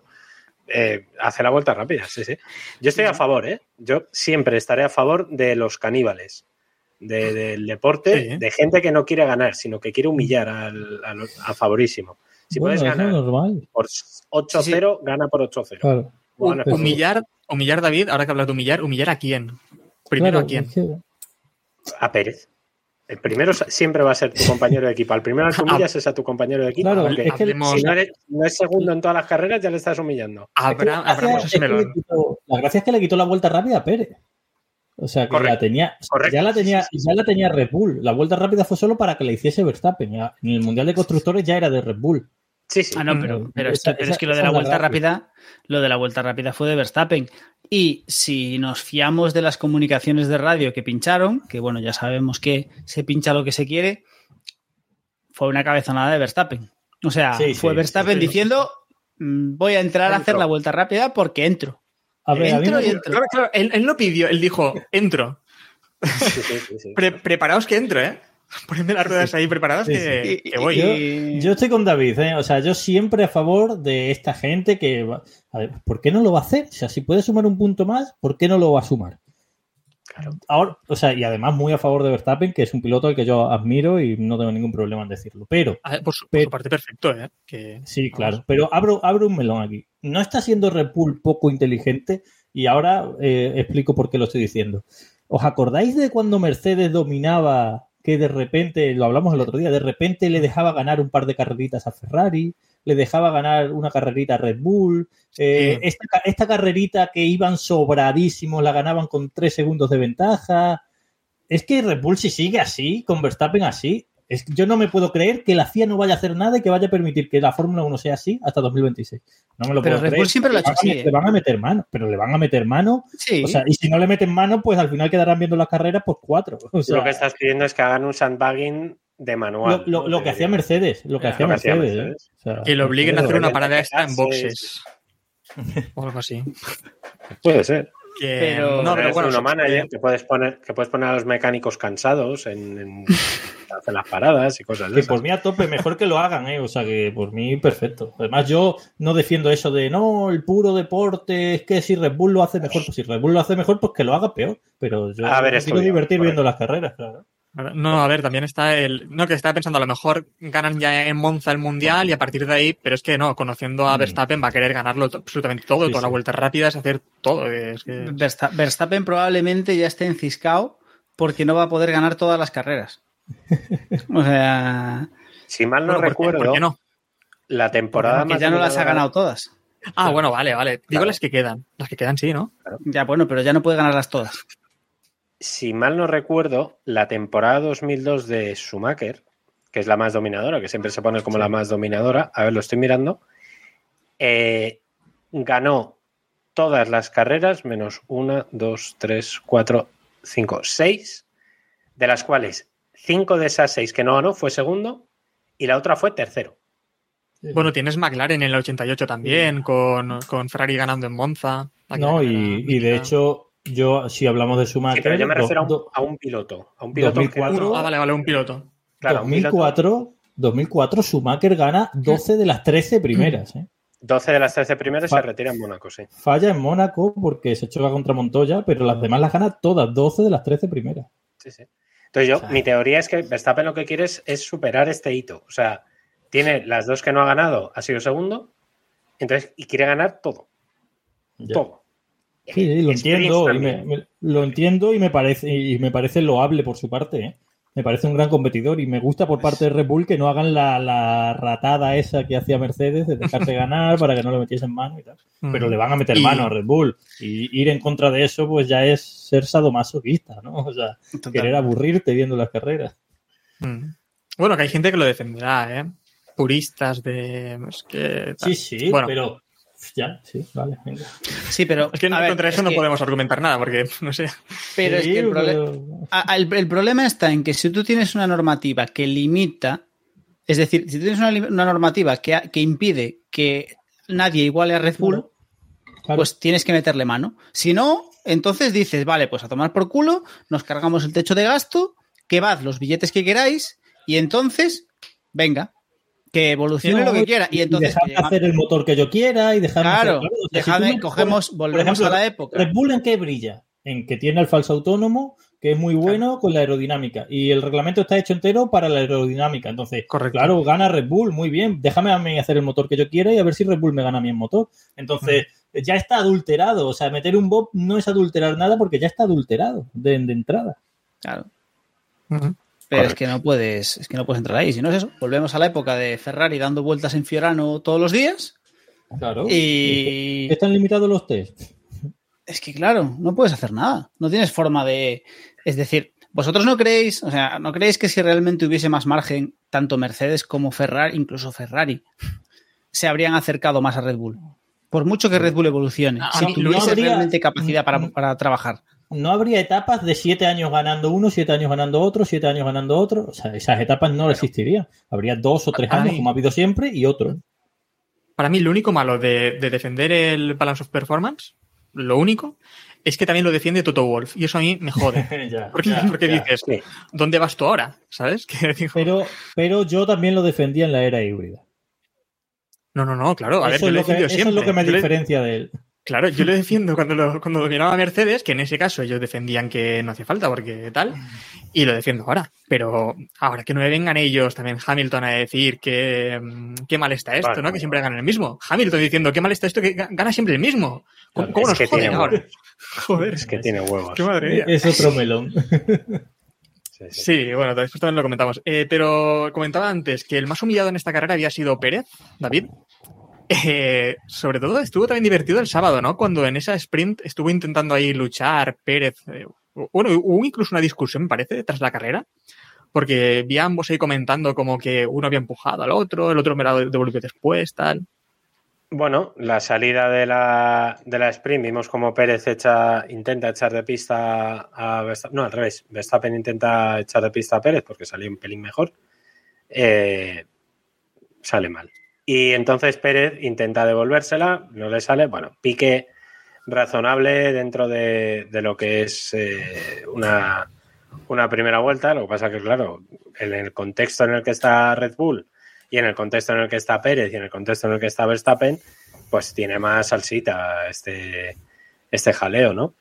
hace la vuelta rápida, sí. Yo estoy a favor, ¿eh? Yo siempre estaré a favor de los caníbales. Del deporte, Sí. de gente que no quiere ganar, sino que quiere humillar al favorísimo. Si Bueno, puedes eso es ganar normal. por 8-0, gana por 8-0. Claro. Gana por Humillar, David, ahora que hablas de humillar ¿a quién? Primero Claro, ¿a quién? es que- a Pérez. El primero siempre va a ser tu compañero de equipo. Al primero al que humillas es a tu compañero de equipo. Claro, porque es que hablemos- si no es segundo en todas las carreras, ya le estás humillando. Abramos ese melón. La gracia es que le quitó la vuelta rápida a Pérez. O sea, que Correcto. la tenía, Correcto. ya la tenía Red Bull. La vuelta rápida fue solo para que la hiciese Verstappen. En el Mundial de Constructores ya era de Red Bull. Sí. Ah, no, pero Esa- es que lo esa de la es la vuelta gracia. rápida, lo de la vuelta rápida fue de Verstappen. Y si nos fiamos de las comunicaciones de radio que pincharon, que bueno, ya sabemos que se pincha lo que se quiere, fue una cabezonada de Verstappen. O sea, Sí, fue sí, Verstappen sí, sí. diciendo voy a entrar a hacer Entro. la vuelta rápida porque entro. A ver, a mí Entro me- y entro. Claro, él no pidió, él dijo, entro. Sí. Preparaos que entro, ¿eh? Ponedme las ruedas ahí preparadas Sí, que voy. Yo estoy con David, ¿eh? O sea, yo siempre a favor de esta gente que... A ver, ¿por qué no lo va a hacer? O sea, si puede sumar un punto más, ¿por qué no lo va a sumar? Claro. Ahora, o sea, y además muy a favor de Verstappen, que es un piloto al que yo admiro y no tengo ningún problema en decirlo. Pero, A ver, por su Pero- parte, perfecto, ¿eh? Que, sí, claro. Pero abro un melón aquí. ¿No está siendo Red Bull poco inteligente? Y ahora explico por qué lo estoy diciendo. ¿Os acordáis de cuando Mercedes dominaba, que de repente, lo hablamos el otro día, de repente le dejaba ganar un par de carreritas a Ferrari, le dejaba ganar una carrerita a Red Bull, esta carrerita que iban sobradísimos la ganaban con 3 segundos de ventaja? Es que Red Bull, si sigue así, con Verstappen así, yo no me puedo creer que la FIA no vaya a hacer nada y que vaya a permitir que la Fórmula 1 sea así hasta 2026. No me lo Pero puedo Red creer. Bull siempre lo ha hecho así, Le van a meter mano, pero le van a meter mano. Sí. O sea, y si no le meten mano, pues al final quedarán viendo las carreras por 4. O sea, Lo que estás pidiendo es que hagan un sandbagging de manual. lo que hacía Mercedes. Lo que hacía Mercedes. O sea, que le obliguen a hacer una parada extra en Sí, boxes. O algo así. Puede ser. Que, Pero- no, pero bueno, uno manager que puedes poner a los mecánicos cansados en hacer las paradas y cosas de Que esas. por mí a tope, mejor que lo hagan, ¿eh? O sea, que por mí perfecto. Además, yo no defiendo eso de no, el puro deporte, es que si Red Bull lo hace mejor, pues si Red Bull lo hace mejor, pues que lo haga peor. Pero yo A ver, me esto quiero ya, divertir correcto. viendo las carreras, claro. no, a ver, también está No, que estaba pensando, a lo mejor ganan ya en Monza el Mundial y a partir de ahí, pero es que no, conociendo a Verstappen va a querer ganarlo absolutamente todo, Sí, toda la sí. vuelta rápida, es hacer todo. Es que... Verstappen probablemente ya esté enciscado porque no va a poder ganar todas las carreras. O sea, Si mal no Bueno, recuerdo, ¿por qué no? la temporada porque más ya no las ha dominadora- ganado todas. Ah, bueno, vale. Digo Claro. las que quedan. Las que quedan sí, ¿no? Ya, bueno, pero ya no puede ganarlas todas. Si mal no recuerdo, la temporada 2002 de Schumacher, que es la más dominadora, que siempre se pone como la más dominadora, a ver, lo estoy mirando, ganó todas las carreras menos 1, 2, 3, 4, 5, 6, de las cuales 5 de esas 6 que no ganó fue segundo y la otra fue tercero. Bueno, tienes McLaren en el 88 también, con Ferrari ganando en Monza. No, y de hecho, yo, si hablamos de Sí, Schumacher, pero yo me refiero a un piloto. A un piloto 2004. Ah, vale, un piloto. Claro, un piloto, 2004 Schumacher gana 12 de las 13 primeras. 12 de las 13 primeras Fa- se retira en Mónaco, sí. Falla en Mónaco porque se choca contra Montoya, pero las demás las gana todas, 12 de las 13 primeras. Sí. Entonces yo, O sea, mi teoría es que Verstappen lo que quiere es superar este hito. O sea, tiene las dos que no ha ganado, ha sido segundo, entonces, y quiere ganar todo. Ya. Todo. Sí, lo Sprint entiendo, también. lo entiendo y me parece loable por su parte, ¿eh? Me parece un gran competidor y me gusta por parte de Red Bull que no hagan la ratada esa que hacía Mercedes de dejarse ganar para que no le metiesen mano y tal. Pero le van a meter mano a Red Bull y ir en contra de eso pues ya es ser sadomasoquista, ¿no? O sea, Total. querer aburrirte viendo las carreras. Bueno, que hay gente que lo defenderá, ¿eh? Puristas de... Es que, Sí, bueno, pero Ya, sí, vale, venga. Sí, pero Es que contra eso no podemos argumentar nada, porque no sé. Pero Sí, es que el problema está en que si tú tienes una normativa que limita, es decir, si tienes una normativa que impide que nadie iguale a Red Bull, Claro. pues tienes que meterle mano. Si no, entonces dices, vale, pues a tomar por culo, nos cargamos el techo de gasto, quevad los billetes que queráis y entonces, venga, que evolucione lo que quiera. Y entonces dejarme hacer el motor que yo quiera y dejarme claro, hacer, o sea, volvemos ejemplo, a la época. Red Bull, ¿en qué brilla? En que tiene el falso autónomo, que es muy bueno con la aerodinámica. Y el reglamento está hecho entero para la aerodinámica. Entonces, Correcto. claro, gana Red Bull, muy bien. Déjame a mí hacer el motor que yo quiera y a ver si Red Bull me gana a mí el motor. Entonces, ya está adulterado. O sea, meter un bob no es adulterar nada porque ya está adulterado de entrada. Claro. Uh-huh. Pero es que no puedes entrar ahí. Si no es eso, volvemos a la época de Ferrari dando vueltas en Fiorano todos los días. Claro. Y Están limitados los test. es que, claro, no puedes hacer nada. No tienes forma de... Es decir, vosotros no creéis que si realmente hubiese más margen, tanto Mercedes como Ferrari, incluso Ferrari, se habrían acercado más a Red Bull. Por mucho que Red Bull evolucione. Si tuviese realmente capacidad para trabajar. No habría etapas de 7 años ganando uno, 7 años ganando otro, 7 años ganando otro. O sea, esas etapas no existirían. Habría 2 o 3 años, como ha habido siempre, y otro. Para mí, lo único malo de defender el Balance of Performance, lo único, es que también lo defiende Toto Wolff. Y eso a mí me jode. Porque dices, sí. ¿dónde vas tú ahora? ¿Sabes? ¿Qué digo? Pero yo también lo defendía en la era híbrida. No, claro. A ver, Eso yo lo es defiendo siempre. lo que me diferencia de él. Claro, yo lo defiendo cuando dominaba Mercedes, que en ese caso ellos defendían que no hacía falta porque tal, y lo defiendo ahora. Pero ahora que no me vengan ellos, también Hamilton, a decir que qué mal está esto, ¿no? Que siempre ganan el mismo. Hamilton diciendo qué mal está esto, que gana siempre el mismo. ¿Cómo nos joden ahora? Joder. Es que tiene huevos. Qué madre mía. Es otro melón. Sí, bueno, después también lo comentamos. Pero comentaba antes que el más humillado en esta carrera había sido Pérez, David. Sobre todo estuvo también divertido el sábado, ¿no? Cuando en esa sprint estuvo intentando ahí luchar Pérez. Bueno, hubo incluso una discusión, me parece, tras la carrera, porque vi a ambos ahí comentando como que uno había empujado al otro, el otro me la devolvió después, tal. Bueno, la salida de la sprint, vimos como Pérez intenta echar de pista a Verstappen. No, al revés. Verstappen intenta echar de pista a Pérez porque salió un pelín mejor. Sale mal. Y entonces Pérez intenta devolvérsela, no le sale. Bueno, pique razonable dentro de lo que es una primera vuelta. Lo que pasa que, claro, en el contexto en el que está Red Bull y en el contexto en el que está Pérez y en el contexto en el que está Verstappen, pues tiene más salsita este jaleo, ¿no?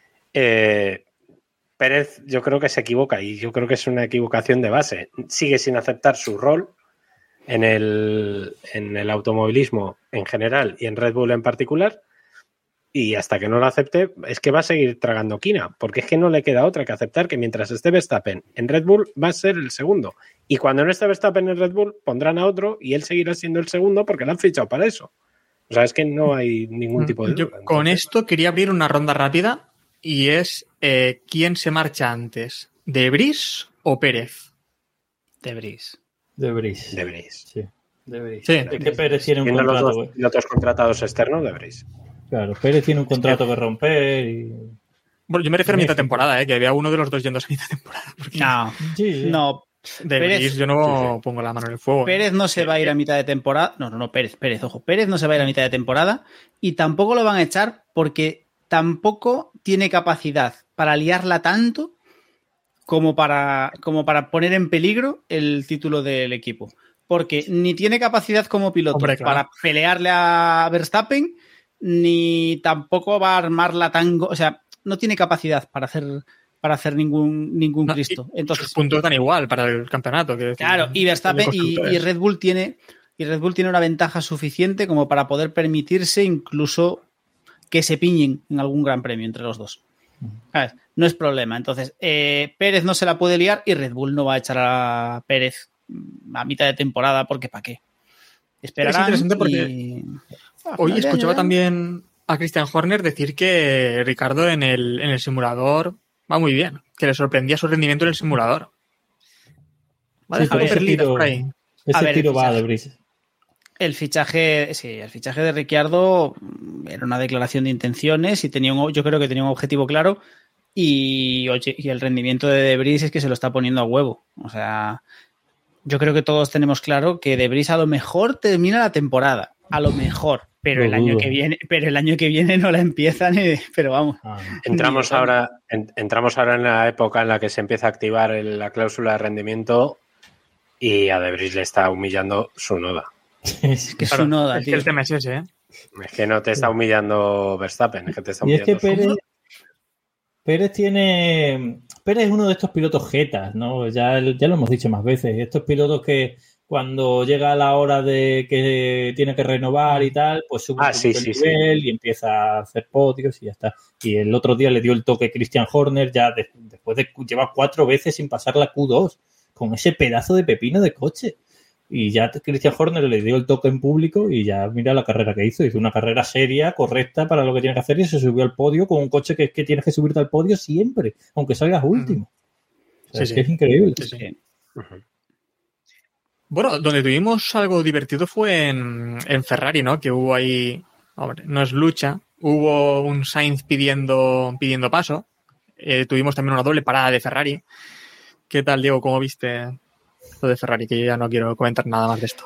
Pérez yo creo que se equivoca y yo creo que es una equivocación de base. Sigue sin aceptar su rol en el automovilismo en general y en Red Bull en particular, y hasta que no lo acepte es que va a seguir tragando quina, porque es que no le queda otra que aceptar que mientras esté Verstappen en Red Bull va a ser el segundo, y cuando no esté Verstappen en Red Bull pondrán a otro y él seguirá siendo el segundo porque lo han fichado para eso. O sea, es que no hay ningún tipo de duda. Yo con esto quería abrir una ronda rápida y es ¿quién se marcha antes? ¿De Vries o Pérez? De Vries. De Vries. Sí. De Vries. Sí. Es que Pérez tiene un Viendo contrato. los dos pilotos contratados externos de Vries. Claro, Pérez tiene un contrato que romper y... Bueno, yo me refiero a mitad temporada, que había uno de los dos yendo a mitad temporada. Porque No. de Vries yo no pongo la mano en el fuego. Pérez no se va a ir a mitad de temporada. No, Pérez, ojo. Pérez no se va a ir a mitad de temporada y tampoco lo van a echar porque tampoco tiene capacidad para liarla tanto como para poner en peligro el título del equipo. Porque ni tiene capacidad como piloto para pelearle a Verstappen, ni tampoco va a armarla tan... O sea, no tiene capacidad para hacer ningún Cristo. Entonces, sus puntos dan igual para el campeonato. Claro, y Verstappen y Red Bull tiene una ventaja suficiente como para poder permitirse incluso que se piñen en algún gran premio entre los dos. ¿Sabes? No es problema. Entonces, Pérez no se la puede liar y Red Bull no va a echar a Pérez a mitad de temporada porque ¿para qué? Esperarán. Es interesante porque hoy escuchaba también a Christian Horner decir que Ricardo en el simulador va muy bien, que le sorprendía su rendimiento en el simulador. Va a dejar perlitas por ahí. Ese tiro va de Vries. El fichaje de Ricciardo era una declaración de intenciones y yo creo que tenía un objetivo claro y el rendimiento de De Vries es que se lo está poniendo a huevo. O sea, yo creo que todos tenemos claro que De Vries a lo mejor termina la temporada, a lo mejor, pero el año que viene no la empiezan, pero vamos. Entramos ahora en la época en la que se empieza a activar la cláusula de rendimiento y a De Vries le está humillando su noda. Es que su noda, es tío. que el tema es ese, ¿eh? Es que no te está humillando Verstappen, es que te está Y es humillando. que Pérez es uno de estos pilotos jetas, ¿no? Ya lo hemos dicho más veces. Estos pilotos que cuando llega la hora de que tiene que renovar y tal, pues sube el nivel y empieza a hacer podios y ya está. Y el otro día le dio el toque Christian Horner ya después de llevar 4 veces sin pasar la Q2 con ese pedazo de pepino de coche. Y ya Christian Horner le dio el toque en público y ya mira la carrera que hizo. Hizo una carrera seria, correcta para lo que tiene que hacer y se subió al podio con un coche que tienes que subirte al podio siempre, aunque salgas último. O sea, que es increíble. Sí. Uh-huh. Bueno, donde tuvimos algo divertido fue en Ferrari, ¿no? Que hubo ahí, hombre, no es lucha, hubo un Sainz pidiendo paso. Tuvimos también una doble parada de Ferrari. ¿Qué tal, Diego? ¿Cómo viste lo de Ferrari? Que yo ya no quiero comentar nada más de esto.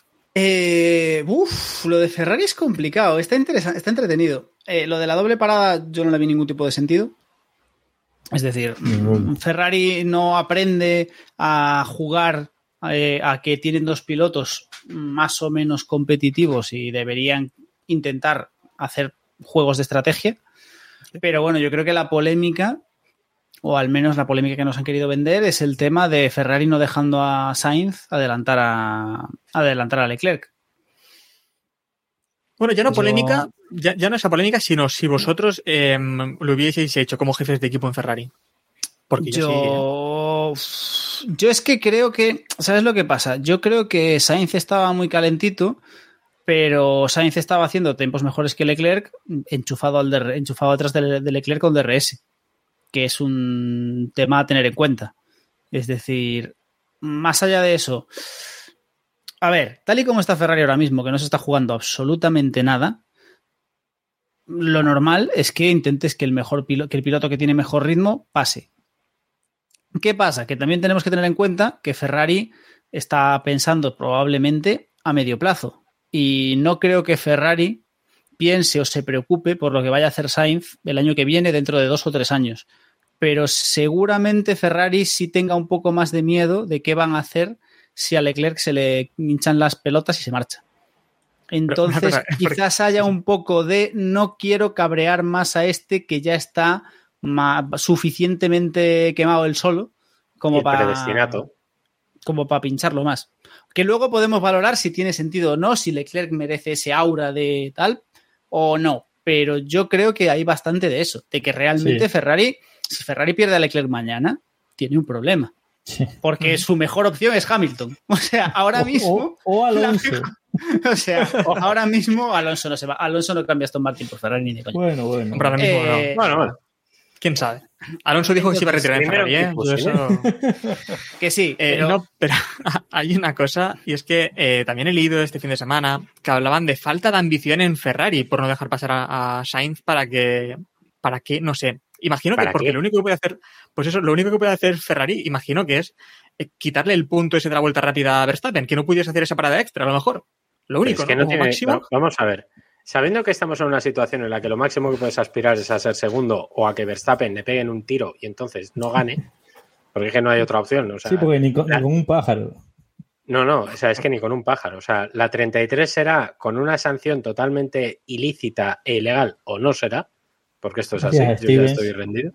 Lo de Ferrari es complicado, está interesante, está entretenido. Lo de la doble parada yo no le vi ningún tipo de sentido. Es decir, Ferrari no aprende a jugar a que tienen 2 pilotos más o menos competitivos y deberían intentar hacer juegos de estrategia. Pero bueno, yo creo que la polémica, o al menos la polémica que nos han querido vender, es el tema de Ferrari no dejando a Sainz adelantar a Leclerc. Bueno, ya no polémica, ya no esa polémica, sino si vosotros lo hubieseis hecho como jefes de equipo en Ferrari. Porque yo es que creo que, ¿sabes lo que pasa? Yo creo que Sainz estaba muy calentito, pero Sainz estaba haciendo tiempos mejores que Leclerc, enchufado atrás de Leclerc con DRS, que es un tema a tener en cuenta. Es decir, más allá de eso, a ver, tal y como está Ferrari ahora mismo, que no se está jugando absolutamente nada, lo normal es que intentes que el piloto que tiene mejor ritmo pase. ¿Qué pasa? Que también tenemos que tener en cuenta que Ferrari está pensando probablemente a medio plazo. Y no creo que Ferrari piense o se preocupe por lo que vaya a hacer Sainz el año que viene, dentro de 2 o 3 años. Pero seguramente Ferrari sí tenga un poco más de miedo de qué van a hacer si a Leclerc se le hinchan las pelotas y se marcha. Entonces, quizás haya un poco de no quiero cabrear más a este que ya está suficientemente quemado él solo como para pincharlo más. Que luego podemos valorar si tiene sentido o no, si Leclerc merece ese aura de tal o no. Pero yo creo que hay bastante de eso, de que realmente Ferrari, si Ferrari pierde a Leclerc mañana, tiene un problema. Sí. Porque su mejor opción es Hamilton. O sea, ahora mismo... O Alonso. O sea, ahora mismo Alonso no se va. Alonso no cambia Aston Martin por Ferrari ni de coña. Bueno. Hombre, ahora mismo no. Bueno. ¿Quién sabe? Alonso dijo que se iba a retirar en Ferrari, ¿eh? Que sí. Pero hay una cosa, y es que también he leído este fin de semana que hablaban de falta de ambición en Ferrari por no dejar pasar a Sainz para que, no sé. Imagino que porque lo único que puede hacer, pues eso, lo único que puede hacer Ferrari, imagino que es quitarle el punto ese de la vuelta rápida a Verstappen, que no pudiese hacer esa parada extra, a lo mejor. Lo único, es que ¿no? Como máximo. Vamos a ver. Sabiendo que estamos en una situación en la que lo máximo que puedes aspirar es a ser segundo o a que Verstappen le peguen un tiro y entonces no gane, porque es que no hay otra opción. O sea, sí, porque ni con un pájaro. No, o sea, es que ni con un pájaro. O sea, la 33 será con una sanción totalmente ilícita e ilegal, o no será, porque esto es así, yo ya estoy rendido.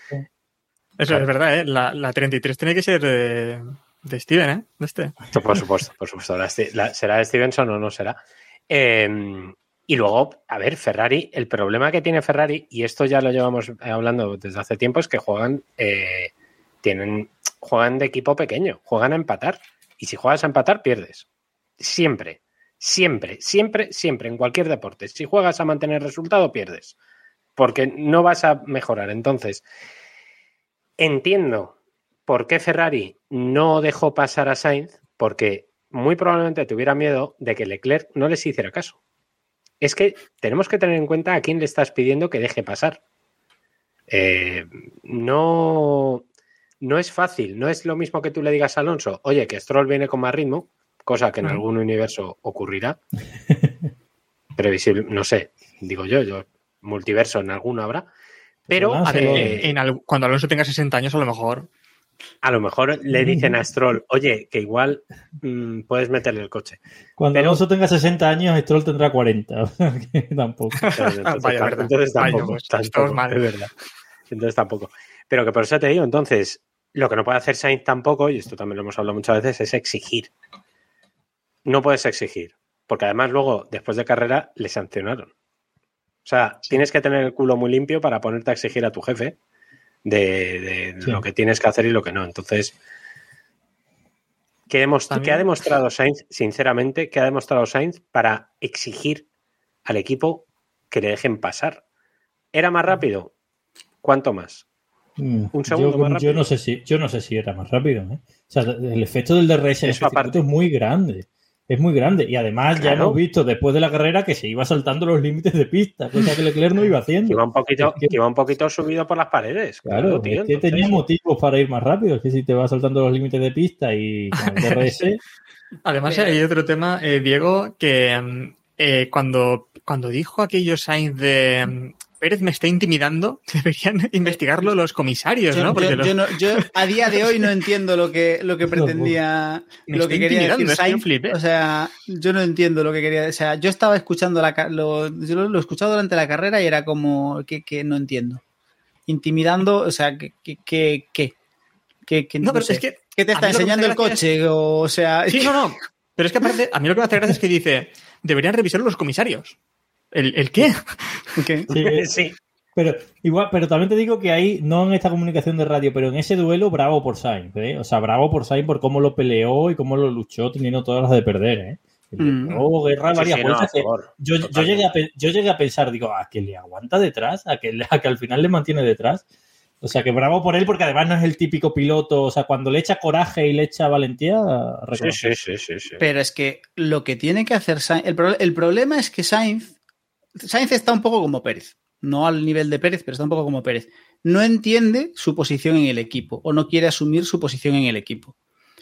Eso es verdad, ¿eh? La 33 tiene que ser de Steven, ¿eh? De este. Por supuesto. ¿Será de Stevenson o no será? Y luego, a ver, Ferrari, el problema que tiene Ferrari, y esto ya lo llevamos hablando desde hace tiempo, es que juegan de equipo pequeño, juegan a empatar. Y si juegas a empatar, pierdes. Siempre, en cualquier deporte. Si juegas a mantener el resultado, pierdes. Porque no vas a mejorar. Entonces, entiendo por qué Ferrari no dejó pasar a Sainz, porque muy probablemente tuviera miedo de que Leclerc no les hiciera caso. Es que tenemos que tener en cuenta a quién le estás pidiendo que deje pasar. No es fácil, no es lo mismo que tú le digas a Alonso, oye, que Stroll viene con más ritmo, cosa que en algún universo ocurrirá. Previsible, no sé, digo yo, multiverso en alguno habrá, pero cuando Alonso tenga 60 años a lo mejor le dicen a Stroll, oye, que igual puedes meterle el coche. Cuando Alonso tenga 60 años, Stroll tendrá 40. Tampoco. Entonces tampoco. Es verdad. Entonces tampoco. Pero que por eso te digo, entonces, lo que no puede hacer Sainz tampoco, y esto también lo hemos hablado muchas veces, es exigir. No puedes exigir, porque además luego, después de carrera, le sancionaron. O sea, tienes que tener el culo muy limpio para ponerte a exigir a tu jefe de lo que tienes que hacer y lo que no. Entonces, ¿qué ha demostrado Sainz, sinceramente, qué ha demostrado Sainz para exigir al equipo que le dejen pasar? ¿Era más rápido? ¿Cuánto más? ¿Un segundo más rápido? Yo no sé si era más rápido. O sea, el efecto del DRS en este circuito es muy grande. Es muy grande. Y además ya hemos visto después de la carrera que se iba saltando los límites de pista, cosa que Leclerc no iba haciendo. Iba un poquito subido por las paredes. Claro, tío, es que tenía motivos para ir más rápido. Es que si te vas saltando los límites de pista y con el DRS... Además hay otro tema, Diego, que cuando dijo aquello Sainz de... Pérez me está intimidando, deberían investigarlo los comisarios, ¿no? Yo a día de hoy no entiendo lo que pretendía, lo que quería decir Sainz. O sea, yo no entiendo lo que quería. O sea, yo estaba escuchando yo lo he escuchado durante la carrera y era como que no entiendo. Intimidando, o sea, ¿qué? No, pero sé. es que ¿Qué te está enseñando el coche? O sea, sí, no. Pero es que aparte, a mí lo que me hace gracia es que dice, deberían revisarlo los comisarios. ¿El qué? Okay. Sí. Pero también te digo que ahí, no en esta comunicación de radio, pero en ese duelo, bravo por Sainz, ¿eh? O sea, bravo por Sainz por cómo lo peleó y cómo lo luchó teniendo todas las de perder, ¿eh? Guerra varias vueltas. Yo llegué a pensar, digo, ¿a que le aguanta detrás? ¿A que al final le mantiene detrás? O sea, que bravo por él, porque además no es el típico piloto. O sea, cuando le echa coraje y le echa valentía, sí. Pero es que lo que tiene que hacer Sainz... El problema es que Sainz está un poco como Pérez. No al nivel de Pérez, pero está un poco como Pérez. No entiende su posición en el equipo o no quiere asumir su posición en el equipo.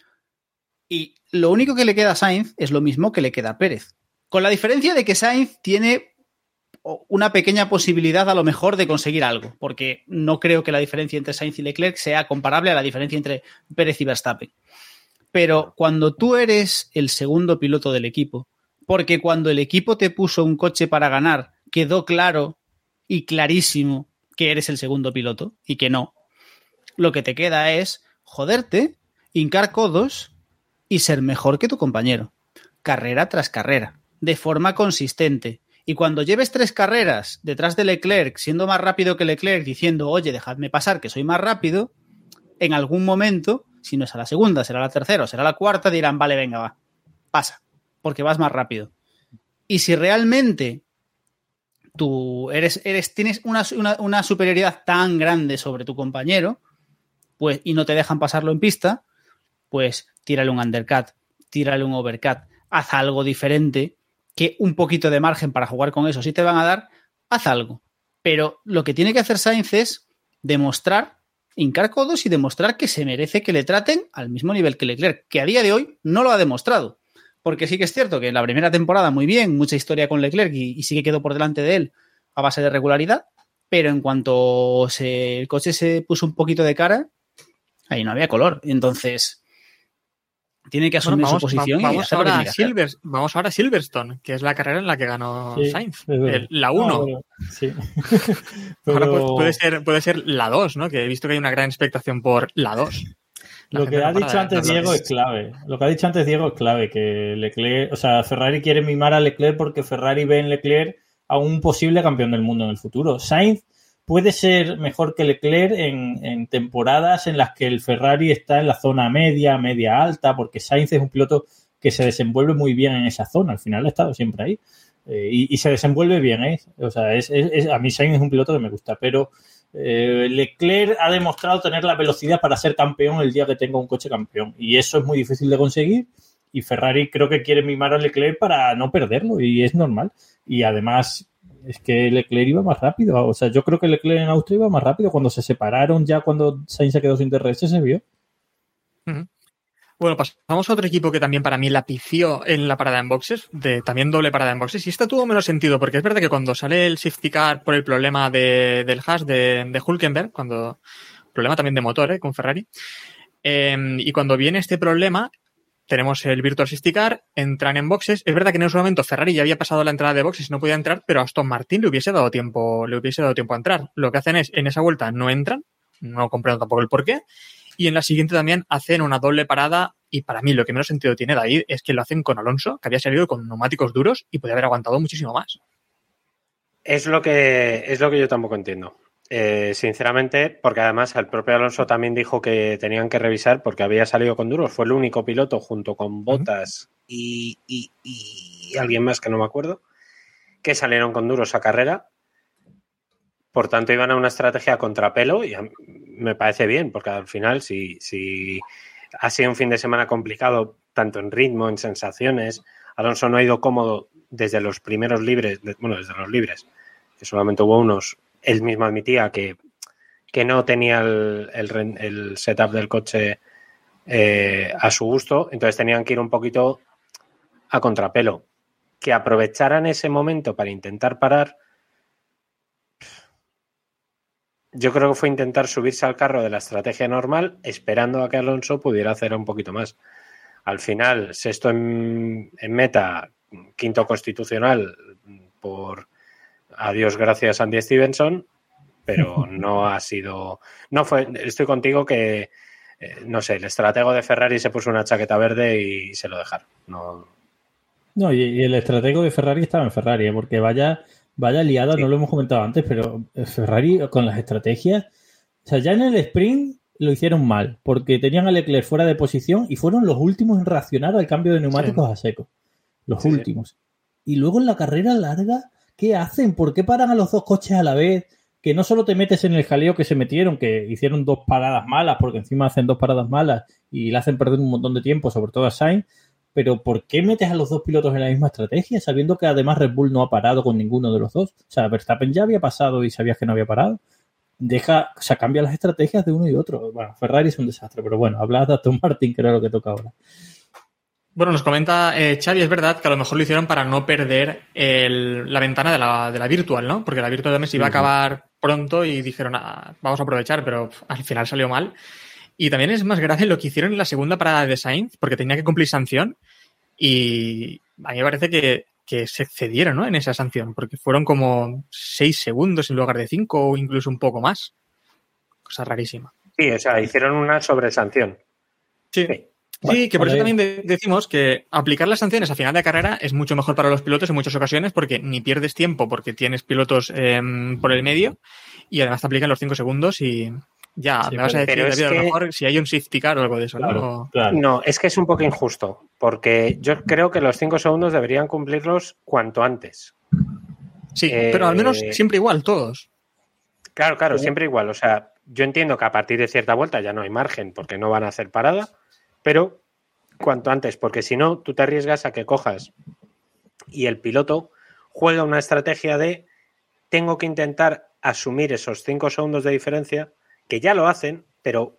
Y lo único que le queda a Sainz es lo mismo que le queda a Pérez. Con la diferencia de que Sainz tiene una pequeña posibilidad a lo mejor de conseguir algo, porque no creo que la diferencia entre Sainz y Leclerc sea comparable a la diferencia entre Pérez y Verstappen. Pero cuando tú eres el segundo piloto del equipo, porque cuando el equipo te puso un coche para ganar, quedó claro y clarísimo que eres el segundo piloto y que no. Lo que te queda es joderte, hincar codos y ser mejor que tu compañero. Carrera tras carrera, de forma consistente. Y cuando lleves 3 carreras detrás de Leclerc, siendo más rápido que Leclerc, diciendo, oye, dejadme pasar que soy más rápido, en algún momento, si no es a la segunda, será a la tercera o será a la cuarta, dirán, vale, venga, va, pasa. Porque vas más rápido. Y si realmente tú tienes una superioridad tan grande sobre tu compañero, pues, y no te dejan pasarlo en pista, pues tírale un undercut, tírale un overcut, haz algo diferente, que un poquito de margen para jugar con eso, si te van a dar, haz algo. Pero lo que tiene que hacer Sainz es demostrar, hincar codos y demostrar que se merece que le traten al mismo nivel que Leclerc, que a día de hoy no lo ha demostrado. Porque sí que es cierto que en la primera temporada muy bien, mucha historia con Leclerc y sí que quedó por delante de él a base de regularidad, pero en cuanto el coche se puso un poquito de cara, ahí no había color. Entonces, tiene que asumir su posición. Vamos ahora a Silverstone, que es la carrera en la que ganó Sainz, la 1. Sí. Pero... Ahora puede ser la 2, ¿no? Que he visto que hay una gran expectación por la 2. Lo que ha dicho antes Diego es clave. Que Leclerc, o sea, Ferrari quiere mimar a Leclerc porque Ferrari ve en Leclerc a un posible campeón del mundo en el futuro. Sainz puede ser mejor que Leclerc en temporadas en las que el Ferrari está en la zona media alta, porque Sainz es un piloto que se desenvuelve muy bien en esa zona. Al final ha estado siempre ahí. Y se desenvuelve bien, ¿eh? O sea, a mí Sainz es un piloto que me gusta, pero Leclerc ha demostrado tener la velocidad para ser campeón el día que tenga un coche campeón. Y eso es muy difícil de conseguir. Y Ferrari creo que quiere mimar a Leclerc para no perderlo, y es normal. Y además es que Leclerc iba más rápido. O sea, yo creo que Leclerc en Austria iba más rápido. Cuando se separaron, ya cuando Sainz se quedó sin DRS, se vio. Uh-huh. Bueno, pasamos a otro equipo que también para mí la pifió en la parada en boxes, también doble parada en boxes, y esto tuvo menos sentido, porque es verdad que cuando sale el safety car por el problema del Haas de Hülkenberg, problema también de motor con Ferrari, y cuando viene este problema, tenemos el virtual safety car, entran en boxes. Es verdad que en ese momento Ferrari ya había pasado la entrada de boxes y no podía entrar, pero a Aston Martin le hubiese dado tiempo a entrar. Lo que hacen es, en esa vuelta no entran, no comprendo tampoco el porqué, y en la siguiente también hacen una doble parada, y para mí lo que menos sentido tiene David es que lo hacen con Alonso, que había salido con neumáticos duros y podía haber aguantado muchísimo más. Es lo que yo tampoco entiendo. Sinceramente, porque además el propio Alonso también dijo que tenían que revisar porque había salido con duros. Fue el único piloto junto con Bottas y alguien más que no me acuerdo, que salieron con duros a carrera. Por tanto, iban a una estrategia a contrapelo y me parece bien, porque al final, si ha sido un fin de semana complicado, tanto en ritmo, en sensaciones, Alonso no ha ido cómodo desde los primeros libres, desde los libres, que solamente hubo unos. Él mismo admitía que no tenía el setup del coche a su gusto, entonces tenían que ir un poquito a contrapelo. Que aprovecharan ese momento para intentar parar, yo creo que fue intentar subirse al carro de la estrategia normal, esperando a que Alonso pudiera hacer un poquito más. Al final, sexto en meta, quinto constitucional, por adiós gracias Andy Stevenson, pero no ha sido... No fue... Estoy contigo que, no sé, el estratego de Ferrari se puso una chaqueta verde y se lo dejaron. No, y el estratego de Ferrari estaba en Ferrari, porque vaya liada, sí. No lo hemos comentado antes, pero Ferrari con las estrategias, o sea, ya en el sprint lo hicieron mal, porque tenían a Leclerc fuera de posición y fueron los últimos en reaccionar al cambio de neumáticos a seco. Los últimos. Y luego en la carrera larga, ¿qué hacen? ¿Por qué paran a los dos coches a la vez? Que no solo te metes en el jaleo que se metieron, que hicieron dos paradas malas, porque encima hacen dos paradas malas y le hacen perder un montón de tiempo, sobre todo a Sainz, pero ¿por qué metes a los dos pilotos en la misma estrategia, sabiendo que además Red Bull no ha parado con ninguno de los dos? O sea, Verstappen ya había pasado y sabías que no había parado. Cambia las estrategias de uno y otro. Bueno, Ferrari es un desastre, pero bueno, hablad de Aston Martin, que era lo que toca ahora. Bueno, nos comenta Xavi, es verdad que a lo mejor lo hicieron para no perder la ventana de la virtual, ¿no? Porque la virtual también se iba a acabar pronto y dijeron, vamos a aprovechar, pero al final salió mal. Y también es más grave lo que hicieron en la segunda parada de Sainz, porque tenía que cumplir sanción, y a mí me parece que se excedieron, ¿no?, en esa sanción, porque fueron como 6 segundos en lugar de 5 o incluso un poco más. Cosa rarísima. Sí, o sea, hicieron una sobresanción. Sí. Sí, que por eso también decimos que aplicar las sanciones a final de carrera es mucho mejor para los pilotos en muchas ocasiones, porque ni pierdes tiempo porque tienes pilotos por el medio y además te aplican los 5 segundos y ya, me vas a decir, David, a lo mejor si hay un safety car o algo de eso, ¿no? Claro. No, es que es un poco injusto, porque yo creo que los 5 segundos deberían cumplirlos cuanto antes. Sí, pero al menos siempre igual, todos. Claro, siempre igual. O sea, yo entiendo que a partir de cierta vuelta ya no hay margen porque no van a hacer parada, pero cuanto antes, porque si no, tú te arriesgas a que cojas y el piloto juega una estrategia de tengo que intentar asumir esos 5 segundos de diferencia, que ya lo hacen, pero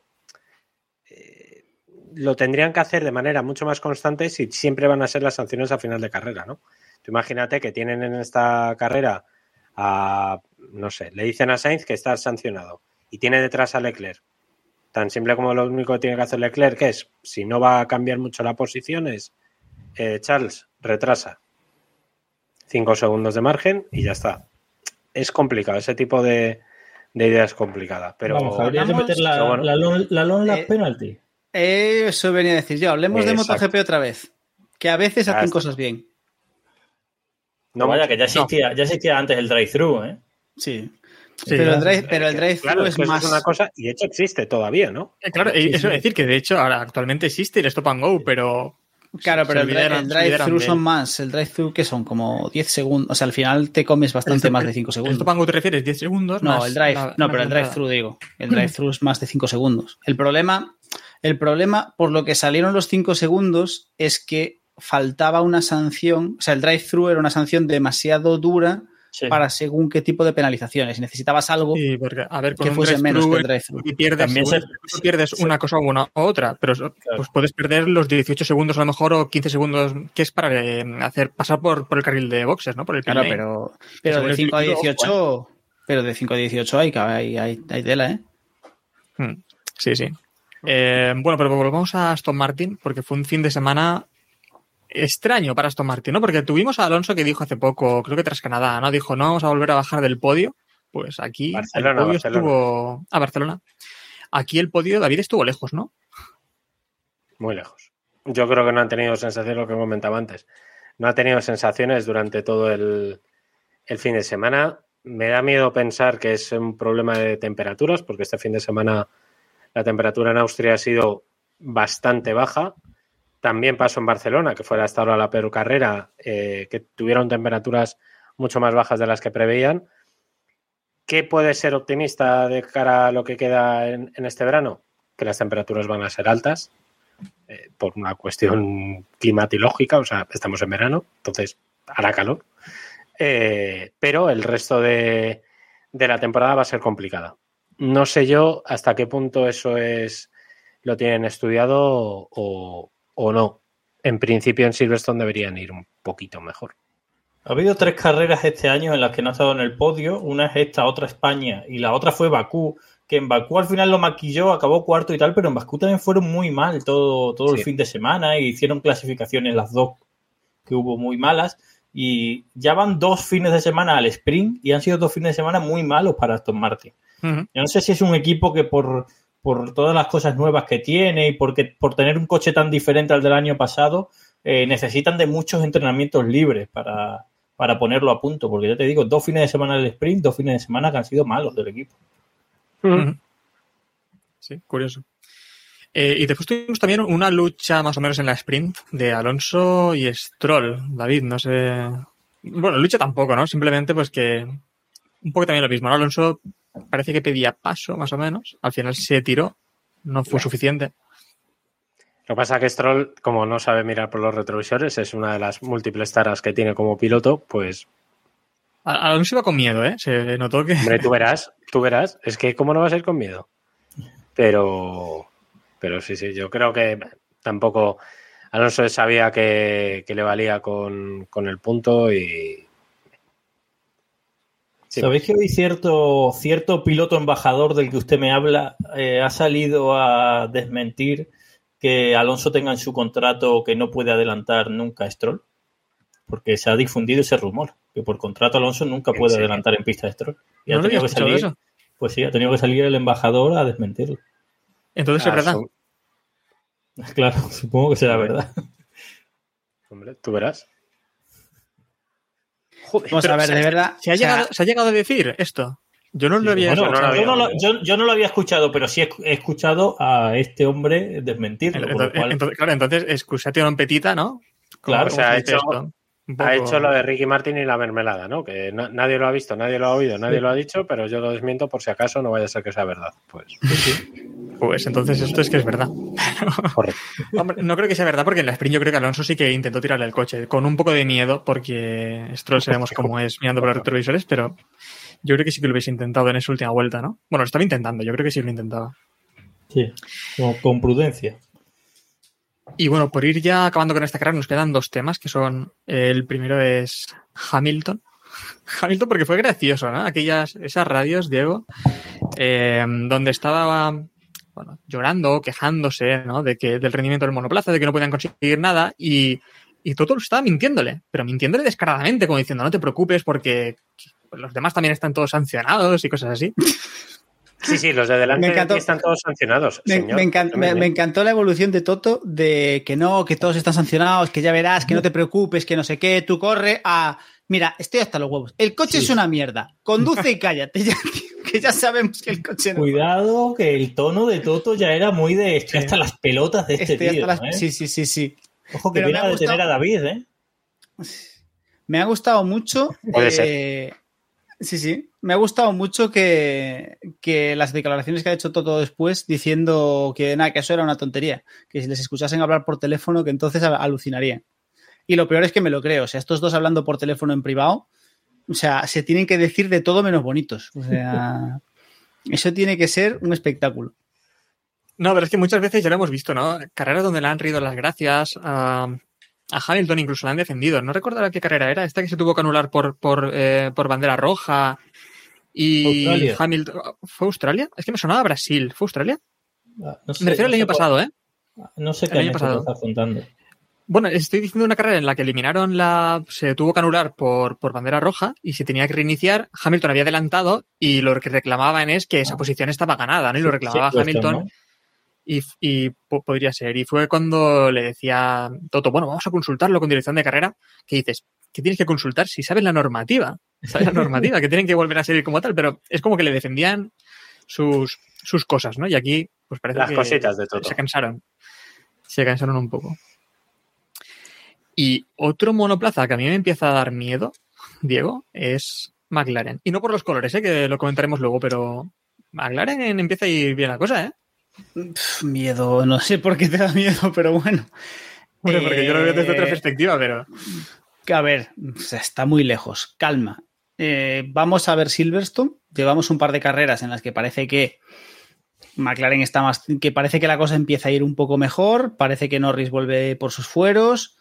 lo tendrían que hacer de manera mucho más constante si siempre van a ser las sanciones a final de carrera, ¿no? Tú imagínate que tienen en esta carrera no sé, le dicen a Sainz que está sancionado y tiene detrás a Leclerc. Tan simple como lo único que tiene que hacer Leclerc, que es, si no va a cambiar mucho la posición, es Charles, retrasa. 5 segundos de margen y ya está. Es complicado, ese tipo de idea es complicada. Pero vamos, habría que meter la long lap penalty. Eso venía a decir yo. Hablemos de MotoGP otra vez. Que a veces hacen cosas bien. No, vaya, que ya existía antes el drive-thru, ¿eh? Sí, pero el drive-thru es más... Es una cosa, y de hecho existe todavía, ¿no? Claro, eso es decir que de hecho ahora actualmente existe el Stop and Go, pero... Claro, pero el drive-thru son más. El drive-thru que son como 10 segundos. O sea, al final te comes bastante más de 5 segundos. ¿El Stop and Go te refieres 10 segundos? No, pero el drive-thru digo. El drive-thru es más de 5 segundos. El problema El problema, por lo que salieron los 5 segundos, es que faltaba una sanción, o sea, el drive-thru era una sanción demasiado dura para según qué tipo de penalizaciones. Necesitabas algo porque, a ver, con que fuese menos que el drive-thru. Y pierdes una cosa u otra, pero pues puedes perder los 18 segundos a lo mejor o 15 segundos que es para hacer pasar por el carril de boxes, ¿no? Por el claro, pero de 5 a 18... Pero de 5 a 18 hay tela, ¿eh? Sí. Bueno, pero volvamos a Aston Martin, porque fue un fin de semana extraño para Aston Martin, ¿no? Porque tuvimos a Alonso que dijo hace poco, creo que tras Canadá, ¿no? Dijo, no vamos a volver a bajar del podio. Pues aquí el podio estuvo... A Barcelona. Aquí el podio, David, estuvo lejos, ¿no? Muy lejos. Yo creo que no han tenido sensaciones, lo que comentaba antes. No ha tenido sensaciones durante todo el fin de semana. Me da miedo pensar que es un problema de temperaturas, porque este fin de semana la temperatura en Austria ha sido bastante baja. También pasó en Barcelona, que fue hasta ahora la peor carrera, que tuvieron temperaturas mucho más bajas de las que preveían. ¿Qué puede ser optimista de cara a lo que queda en este verano? Que las temperaturas van a ser altas, por una cuestión climatológica, o sea, estamos en verano, entonces hará calor. Pero el resto de la temporada va a ser complicada. No sé yo hasta qué punto eso lo tienen estudiado o no. En principio en Silverstone deberían ir un poquito mejor. Ha habido 3 carreras este año en las que no ha estado en el podio. Una es esta, otra España y la otra fue Bakú, que en Bakú al final lo maquilló, acabó cuarto y tal, pero en Bakú también fueron muy mal todo el fin de semana y hicieron clasificaciones las dos que hubo muy malas. Y ya van 2 fines de semana al sprint y han sido 2 fines de semana muy malos para Aston Martin. Uh-huh. Yo no sé si es un equipo que por todas las cosas nuevas que tiene y por tener un coche tan diferente al del año pasado, necesitan de muchos entrenamientos libres para ponerlo a punto. Porque ya te digo, 2 fines de semana al sprint, 2 fines de semana que han sido malos del equipo. Uh-huh. Sí, curioso. Y después tuvimos también una lucha más o menos en la sprint de Alonso y Stroll. David, no sé... Bueno, lucha tampoco, ¿no? Simplemente pues que... Un poco también lo mismo, ¿no? Alonso parece que pedía paso, más o menos. Al final se tiró. No fue suficiente. Lo que pasa es que Stroll, como no sabe mirar por los retrovisores, es una de las múltiples taras que tiene como piloto, pues... Alonso iba con miedo, ¿eh? Se notó que... Hombre, tú verás. Es que cómo no vas a ir con miedo. Pero sí, yo creo que tampoco Alonso sabía que le valía con el punto y... Sí. ¿Sabéis que hoy cierto piloto embajador del que usted me habla ha salido a desmentir que Alonso tenga en su contrato que no puede adelantar nunca a Stroll? Porque se ha difundido ese rumor, que por contrato Alonso nunca puede adelantar en pista a Stroll. Y ha tenido que salir, eso. Pues sí, ha tenido que salir el embajador a desmentirlo. Entonces es verdad. Claro, supongo que será verdad. Hombre, tú verás. Joder, vamos a ver, de verdad. ¿Se ha llegado a decir esto? Yo no lo había escuchado. Yo no lo había escuchado, pero sí he escuchado a este hombre desmentirlo. Entonces, excusatio non petita, ¿no? Claro, o sea, ha hecho lo de Ricky Martin y la mermelada, ¿no? Que nadie lo ha visto, nadie lo ha oído, nadie lo ha dicho, pero yo lo desmiento por si acaso no vaya a ser que sea verdad. Pues entonces esto es que es verdad. Correcto. Hombre, no creo que sea verdad porque en la sprint yo creo que Alonso sí que intentó tirarle el coche con un poco de miedo porque Stroll sabemos cómo es mirando por los retrovisores, pero yo creo que sí que lo hubiese intentado en esa última vuelta, ¿no? Bueno, lo estaba intentando, yo creo que sí lo intentaba. Sí, con prudencia. Y bueno, por ir ya acabando con esta carrera nos quedan 2 temas, que son, el primero es Hamilton. Hamilton porque fue gracioso, ¿no? Esas radios, Diego, donde estaba llorando, quejándose, ¿no? Del rendimiento del monoplaza, de que no podían conseguir nada y Toto estaba mintiéndole, pero mintiéndole descaradamente, como diciendo, no te preocupes porque los demás también están todos sancionados y cosas así. Sí, los de delante están todos sancionados. Me encantó la evolución de Toto de que no, que todos están sancionados, que ya verás, que no te preocupes, que no sé qué, tú corre a... Mira, estoy hasta los huevos. El coche es una mierda. Conduce y cállate. Que ya sabemos que el coche no... Cuidado, que el tono de Toto ya era muy de... Estoy hasta las pelotas de este tío. Sí. Ojo que viene a detener a David, ¿eh? Me ha gustado mucho... Puede ser. Sí. Me ha gustado mucho que las declaraciones que ha hecho Toto después diciendo que nada, que eso era una tontería, que si les escuchasen hablar por teléfono que entonces alucinarían. Y lo peor es que me lo creo. O sea, estos dos hablando por teléfono en privado, o sea, se tienen que decir de todo menos bonitos. O sea, eso tiene que ser un espectáculo. No, pero es que muchas veces ya lo hemos visto, ¿no? Carreras donde le han rido las gracias a Hamilton, incluso la han defendido. No recuerdo qué carrera era, esta que se tuvo que anular por bandera roja. Y Australia. Hamilton. ¿Fue Australia? Es que me sonaba Brasil. ¿Fue Australia? No sé, me refiero al año pasado, ¿eh? No sé qué El año año pasado. estás contando. Bueno, estoy diciendo una carrera en la que eliminaron se tuvo que anular por bandera roja y se tenía que reiniciar. Hamilton había adelantado y lo que reclamaban es que esa posición estaba ganada, ¿no? Y lo reclamaba Hamilton. ¿No? Y podría ser. Y fue cuando le decía Toto, bueno, vamos a consultarlo con dirección de carrera, que dices, ¿qué tienes que consultar si sabes la normativa? ¿Sabes la normativa? Que tienen que volver a seguir como tal, pero es como que le defendían sus cosas, ¿no? Y aquí, pues parece las que cositas de Toto. Se cansaron un poco. Y otro monoplaza que a mí me empieza a dar miedo, Diego, es McLaren. Y no por los colores, que lo comentaremos luego, pero McLaren empieza a ir bien la cosa, ¿eh? Miedo, no sé por qué te da miedo, pero bueno. Bueno, porque yo lo veo desde otra perspectiva, pero... A ver, está muy lejos. Calma. Vamos a ver Silverstone. Llevamos un par de carreras en las que parece que McLaren está más... que parece que la cosa empieza a ir un poco mejor. Parece que Norris vuelve por sus fueros.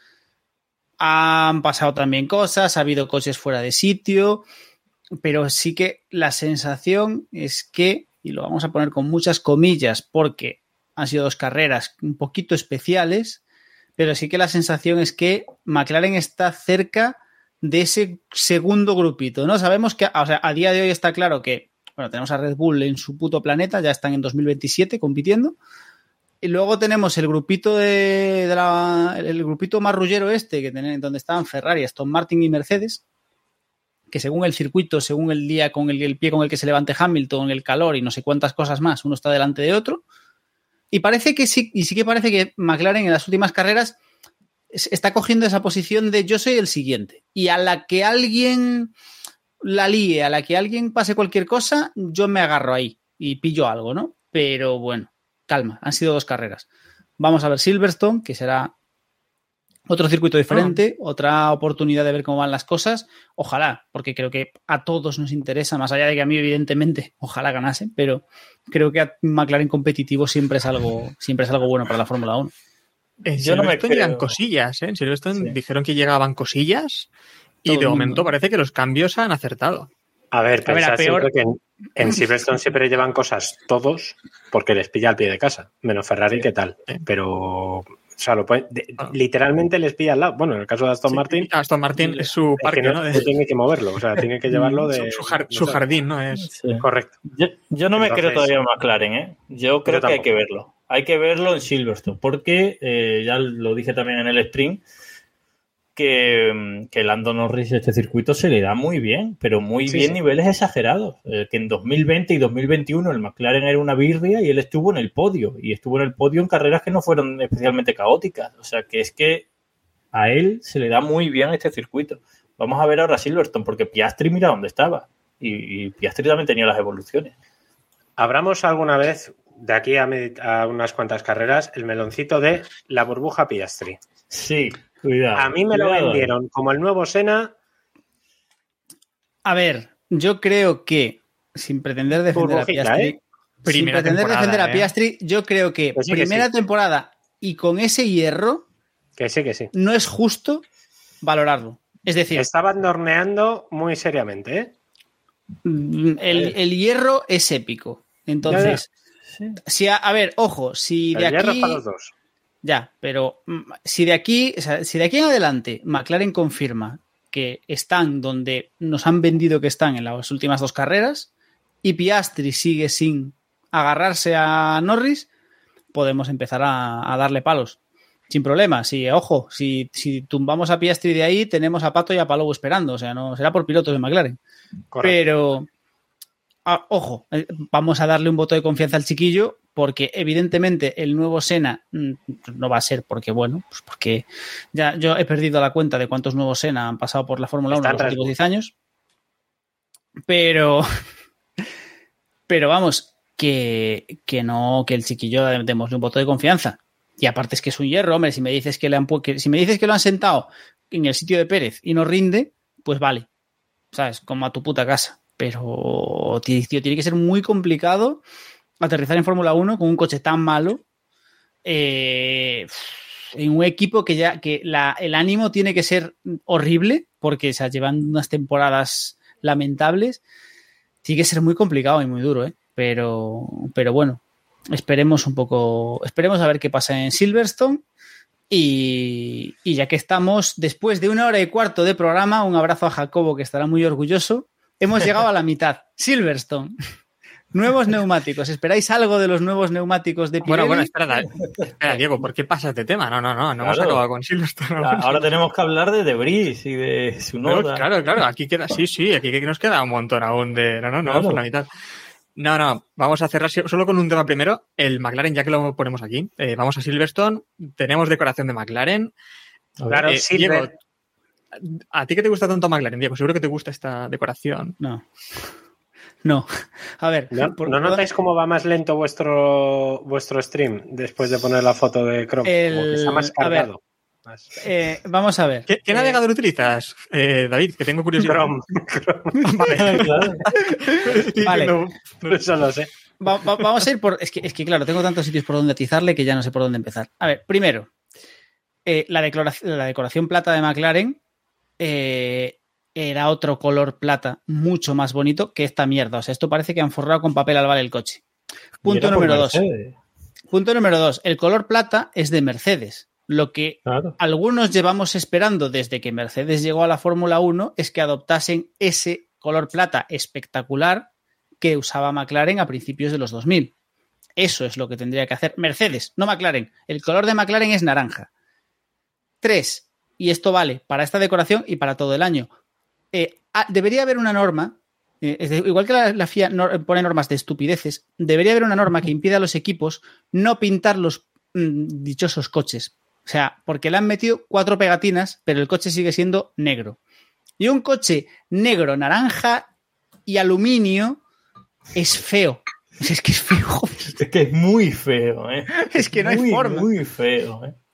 Han pasado también cosas. Ha habido coches fuera de sitio. Pero sí que la sensación es que, y lo vamos a poner con muchas comillas porque han sido 2 carreras un poquito especiales, pero sí que la sensación es que McLaren está cerca de ese segundo grupito, ¿no? Sabemos que, o sea, a día de hoy está claro que, bueno, tenemos a Red Bull en su puto planeta, ya están en 2027 compitiendo, y luego tenemos el grupito el grupito marrullero donde estaban Ferrari, Aston Martin y Mercedes, que según el circuito, según el día con el pie con el que se levante Hamilton, el calor y no sé cuántas cosas más, uno está delante de otro. Y parece que sí, y sí que parece que McLaren en las últimas carreras está cogiendo esa posición de yo soy el siguiente. Y a la que alguien la líe, a la que alguien pase cualquier cosa, yo me agarro ahí y pillo algo, ¿no? Pero bueno, calma, han sido 2 carreras. Vamos a ver Silverstone, que será otro circuito diferente, otra oportunidad de ver cómo van las cosas. Ojalá, porque creo que a todos nos interesa, más allá de que a mí, evidentemente, ojalá ganase, pero creo que a McLaren competitivo siempre es algo bueno para la Fórmula 1. Yo no me creo. Llegan cosillas, ¿eh? En Silverstone dijeron que llegaban cosillas y de momento parece que los cambios han acertado. A ver, siempre que en Silverstone siempre llevan cosas todos porque les pilla al pie de casa, menos Ferrari, ¿qué tal? Pero... O sea, literalmente les pilla al lado. Bueno, en el caso de Aston Martin... Aston Martin es su parque, ¿no? Tiene que moverlo, o sea, tiene que llevarlo de... Su jardín, ¿no? Es correcto. Yo no me creo todavía en McLaren, ¿eh? Yo creo que hay que verlo. Hay que verlo en Silverstone, porque ya lo dije también en el stream, que Lando Norris este circuito se le da muy bien, pero muy bien. Niveles exagerados. Que en 2020 y 2021 el McLaren era una birria y él estuvo en el podio. Y estuvo en el podio en carreras que no fueron especialmente caóticas. O sea, que es que a él se le da muy bien este circuito. Vamos a ver ahora Silverstone, porque Piastri mira dónde estaba. Y Piastri también tenía las evoluciones. Abramos alguna vez, de aquí a unas cuantas carreras, el meloncito de la burbuja Piastri. Sí. Cuidado, a mí me lo vendieron como el nuevo Senna. A ver, yo creo que, sin pretender defender a Piastri, yo creo que primera temporada y con ese hierro, que sí, no es justo valorarlo. Es decir, estaban horneando muy seriamente, ¿eh? El hierro es épico. Entonces, si a ver, ojo, si de aquí... El hierro es para los dos. Ya, pero si de aquí en adelante McLaren confirma que están donde nos han vendido que están en las últimas 2 carreras y Piastri sigue sin agarrarse a Norris, podemos empezar a darle palos. Sin problema. Si tumbamos a Piastri de ahí, tenemos a Pato y a Palou esperando. O sea, no será por pilotos de McLaren. Correcto. Pero, ojo, vamos a darle un voto de confianza al chiquillo, porque evidentemente el nuevo Senna no va a ser porque, bueno, pues porque ya yo he perdido la cuenta de cuántos nuevos Senna han pasado por la Fórmula 1 en los últimos 10 años. Pero vamos, que el chiquillo démosle un voto de confianza. Y aparte es que es un hierro, hombre, si me dices que lo han sentado en el sitio de Pérez y no rinde, pues vale, ¿sabes? Como a tu puta casa. Pero, tío, tiene que ser muy complicado aterrizar en Fórmula 1 con un coche tan malo en un equipo que el ánimo tiene que ser horrible porque llevan unas temporadas lamentables. Tiene que ser muy complicado y muy duro, ¿eh? Pero bueno, esperemos a ver qué pasa en Silverstone. Y ya que estamos, después de 1 hora y cuarto de programa, un abrazo a Jacobo, que estará muy orgulloso. Hemos llegado a la mitad. Silverstone. Nuevos neumáticos. ¿Esperáis algo de los nuevos neumáticos de Pirelli? Bueno, espera, Diego, ¿por qué pasas de tema? No, claro. Hemos acabado con Silverstone. Ahora tenemos que hablar de Debris y de Tsunoda. Claro, aquí queda, sí, aquí nos queda un montón aún de... No, vamos por la mitad. No, vamos a cerrar solo con un tema primero, el McLaren, ya que lo ponemos aquí. Vamos a Silverstone, tenemos decoración de McLaren. Claro, Diego, ¿a ti que te gusta tanto McLaren, Diego? Seguro que te gusta esta decoración. No. A ver. ¿No notáis cómo va más lento vuestro stream después de poner la foto de Chrome? Como que está más cargado. Vamos a ver. ¿Qué navegador utilizas, David? Que tengo curiosidad. Chrome. Vale. No, eso lo sé. Vamos a ir por... Es que, claro, tengo tantos sitios por donde atizarle que ya no sé por dónde empezar. A ver, primero, la decoración plata de McLaren era otro color plata mucho más bonito que esta mierda. O sea, esto parece que han forrado con papel albal el coche. Punto número 2. El color plata es de Mercedes. Lo que algunos llevamos esperando desde que Mercedes llegó a la Fórmula 1 es que adoptasen ese color plata espectacular que usaba McLaren a principios de los 2000. Eso es lo que tendría que hacer Mercedes, no McLaren. El color de McLaren es naranja. 3. Y esto vale para esta decoración y para todo el año. Debería haber una norma, igual que la FIA pone normas de estupideces, debería haber una norma que impida a los equipos no pintar los dichosos coches. O sea, porque le han metido 4 pegatinas, pero el coche sigue siendo negro. Y un coche negro, naranja y aluminio es feo. Es que es feo, joder. Es que es muy feo, ¿eh? Es que no hay forma. Muy feo, ¿eh?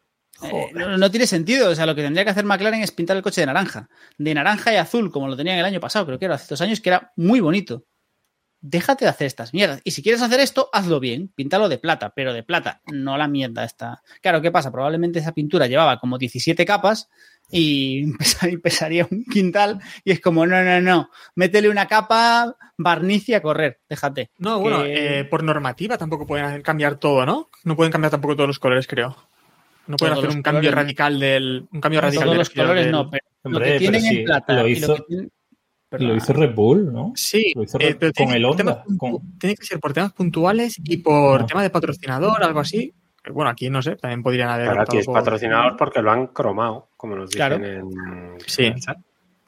No tiene sentido. O sea, lo que tendría que hacer McLaren es pintar el coche de naranja y azul, como lo tenían el año pasado, creo que era hace 2 años, que era muy bonito. Déjate de hacer estas mierdas. Y si quieres hacer esto, hazlo bien. Píntalo de plata, pero de plata, no la mierda esta. Claro, ¿qué pasa? Probablemente esa pintura llevaba como 17 capas y pesaría un quintal. Y es como, no. Métele una capa, barniz y a correr. Déjate. No, bueno, por normativa tampoco pueden cambiar todo, ¿no? No pueden cambiar tampoco todos los colores, creo. No pueden hacer un cambio radical del... Todos los colores no, pero lo que tienen en plata... Lo hizo Red Bull, ¿no? Sí, lo hizo con el Honda. Tiene que ser por temas puntuales y por tema de patrocinador, algo así. Bueno, aquí no sé, también podrían haber... Pero aquí es patrocinador porque lo han cromado, como nos dicen en el chat.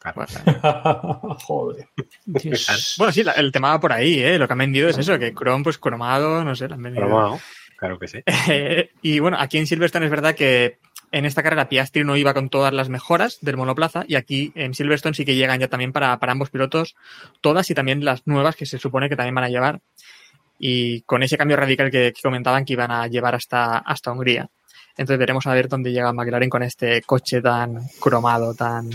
Claro. Joder. Bueno, sí, el tema va por ahí, ¿eh? Lo que han vendido es eso, que Chrome, pues cromado, no sé, lo han vendido. Cromado, claro que sí. Y bueno, aquí en Silverstone es verdad que en esta carrera Piastri no iba con todas las mejoras del monoplaza y aquí en Silverstone sí que llegan ya también para ambos pilotos todas y también las nuevas que se supone que también van a llevar y con ese cambio radical que comentaban que iban a llevar hasta Hungría. Entonces veremos a ver dónde llega McLaren con este coche tan cromado, tan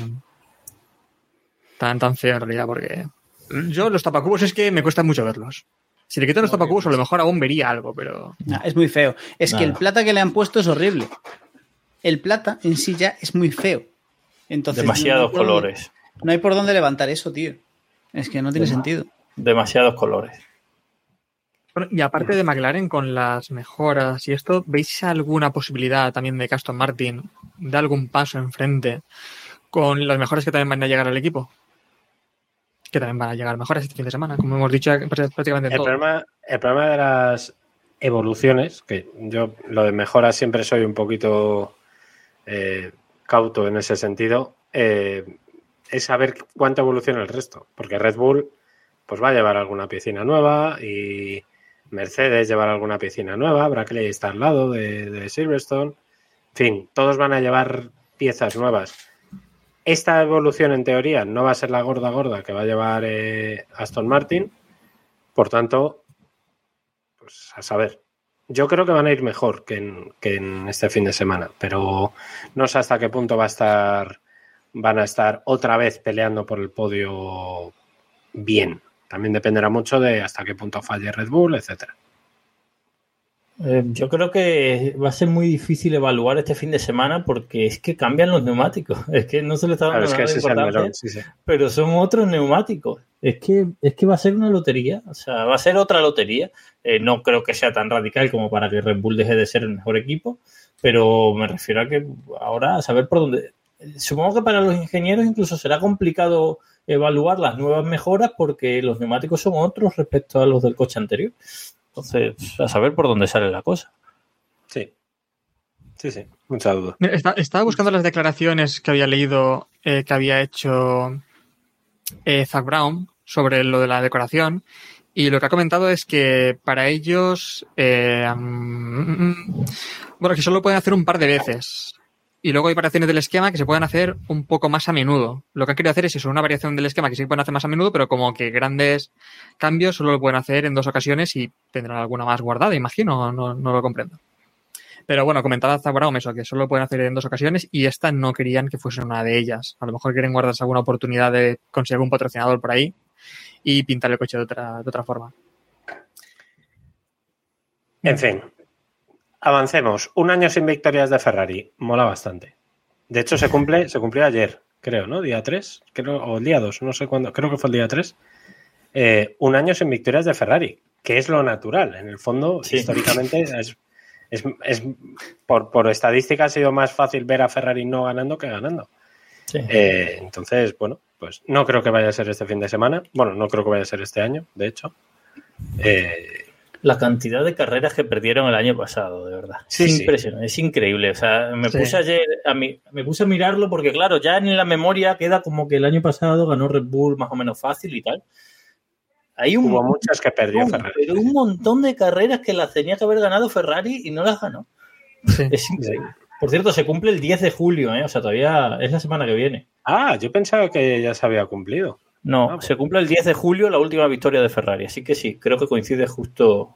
feo en realidad, porque yo los tapacubos es que me cuesta mucho verlos. Si le quitan los tapacubos a lo mejor aún vería algo, pero... Es muy feo. Es que el plata que le han puesto es horrible. El plata en sí ya es muy feo. Entonces, demasiados colores. No hay por dónde levantar eso, tío. Es que no tiene sentido. Demasiados colores. Bueno, y aparte de McLaren, con las mejoras y esto, ¿veis alguna posibilidad también de que Aston Martin dé algún paso enfrente con las mejoras que también van a llegar al equipo? Que también van a llegar mejoras este fin de semana, como hemos dicho prácticamente todo. El problema de las evoluciones, que yo lo de mejoras siempre soy un poquito cauto en ese sentido, es saber cuánto evoluciona el resto, porque Red Bull pues va a llevar alguna piecina nueva y Mercedes llevará alguna piecina nueva, Brackley está al lado de Silverstone, en fin, todos van a llevar piezas nuevas. esta evolución en teoría no va a ser la gorda que va a llevar Aston Martin. Por tanto, pues a saber. Yo creo que van a ir mejor que en este fin de semana, pero no sé hasta qué punto van a estar otra vez peleando por el podio bien. También dependerá mucho de hasta qué punto falle Red Bull, etcétera. Yo creo que va a ser muy difícil evaluar este fin de semana porque es que cambian los neumáticos. Es que no se le está dando nada de importancia, sí. Pero son otros neumáticos. Es que va a ser una lotería. O sea, va a ser otra lotería. No creo que sea tan radical como para que Red Bull deje de ser el mejor equipo, pero me refiero a que ahora a saber por dónde... Supongo que para los ingenieros incluso será complicado evaluar las nuevas mejoras porque los neumáticos son otros respecto a los del coche anterior. Entonces, a saber por dónde sale la cosa. Sí, mucha duda. Estaba buscando las declaraciones que había leído, que había hecho Zak Brown sobre lo de la decoración, y lo que ha comentado es que para ellos, que solo lo pueden hacer un par de veces. Y luego hay variaciones del esquema que se pueden hacer un poco más a menudo. Lo que han querido hacer es eso, una variación del esquema que sí pueden hacer más a menudo, pero como que grandes cambios solo lo pueden hacer en 2 ocasiones y tendrán alguna más guardada, imagino, no lo comprendo. Pero bueno, comentaba Zak Brown eso, que solo lo pueden hacer en 2 ocasiones y esta no querían que fuese una de ellas. A lo mejor quieren guardarse alguna oportunidad de conseguir algún patrocinador por ahí y pintar el coche de otra forma. En fin. Avancemos. 1 año sin victorias de Ferrari. Mola bastante. De hecho, se cumplió ayer, creo, ¿no? Día 3, o el día 2, no sé cuándo. Creo que fue el día 3. 1 año sin victorias de Ferrari, que es lo natural. En el fondo, sí. Históricamente, es por estadística ha sido más fácil ver a Ferrari no ganando que ganando. Sí. Entonces, bueno, pues no creo que vaya a ser este fin de semana. Bueno, no creo que vaya a ser este año, de hecho. La cantidad de carreras que perdieron el año pasado, de verdad. Sí, es impresionante, es increíble. O sea, me puse ayer, me puse a mirarlo porque, claro, ya en la memoria queda como que el año pasado ganó Red Bull más o menos fácil y tal. Hubo muchas que perdió Ferrari. Pero un montón de carreras que las tenía que haber ganado Ferrari y no las ganó. Sí. Es increíble. Por cierto, se cumple el 10 de julio, o sea, todavía es la semana que viene. Ah, yo pensaba que ya se había cumplido. No, se cumple el 10 de julio la última victoria de Ferrari, así que sí, creo que coincide justo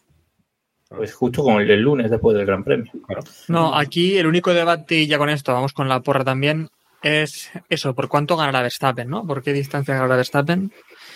con el lunes después del Gran Premio. Claro. No, aquí el único debate, y ya con esto vamos con la porra también, es eso, ¿por cuánto ganará Verstappen, no? ¿Por qué distancia ganará Verstappen?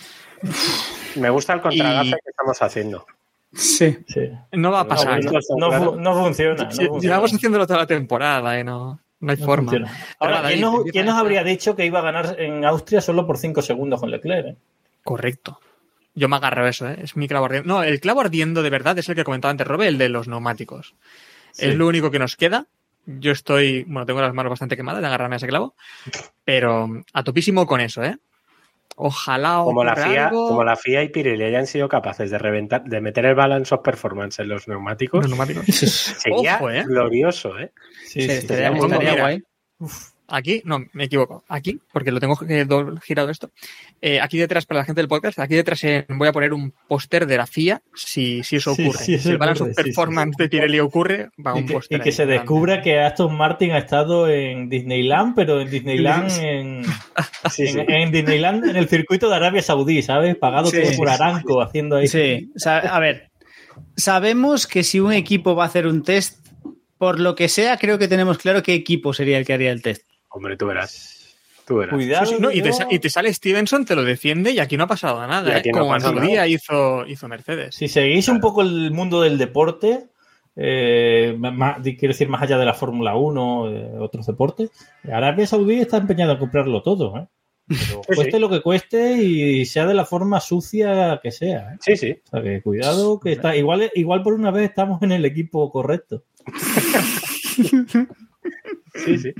Me gusta el contragafe que estamos haciendo. Sí. No va a pasar. No funciona. Llevamos haciéndolo toda la temporada y no hay forma. Ahora, ¿quién nos habría dicho que iba a ganar en Austria solo por 5 segundos con Leclerc? Correcto. Yo me agarro eso, es mi clavo ardiendo. No, el clavo ardiendo de verdad es el que comentaba antes Robe, el de los neumáticos. Sí. Es lo único que nos queda. Yo tengo las manos bastante quemadas de agarrarme a ese clavo, pero a topísimo con eso, Ojalá como la FIA y Pirelli hayan sido capaces de meter el balance of performance en los neumáticos. Sería glorioso, Sí, estaría guay. Aquí, no, me equivoco. Aquí, porque lo tengo girado esto. Aquí detrás, para la gente del podcast, aquí detrás voy a poner un póster de la FIA si eso ocurre. Si el balance of performance de Pirelli ocurre, va un póster. Y que se descubra que Aston Martin ha estado en Disneyland, pero en Disneyland en Disneyland en el circuito de Arabia Saudí, ¿sabes? Pagado todo por Aramco haciendo ahí. Sí, o sea, a ver, sabemos que si un equipo va a hacer un test, por lo que sea, creo que tenemos claro qué equipo sería el que haría el test. Hombre, tú verás. Cuidado. No, y te sale Stevenson, te lo defiende y aquí no ha pasado nada. Como en su día hizo Mercedes. Si seguís un poco el mundo del deporte, quiero decir, más allá de la Fórmula 1, otros deportes, Arabia Saudí está empeñado a comprarlo todo, Pero cueste lo que cueste y sea de la forma sucia que sea. Sí. O sea, que cuidado, que está igual por una vez estamos en el equipo correcto. Sí.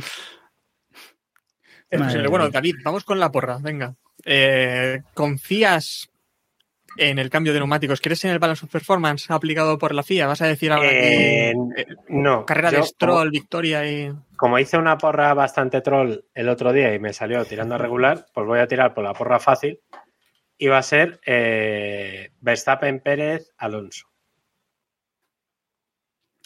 Es posible. Bueno, David, vamos con la porra, venga. ¿Confías en el cambio de neumáticos? ¿Crees en el balance of performance aplicado por la FIA? ¿Vas a decir ahora que no, carrera de Stroll, victoria y...? Como hice una porra bastante troll el otro día y me salió tirando a regular, pues voy a tirar por la porra fácil y va a ser Verstappen, Pérez, Alonso.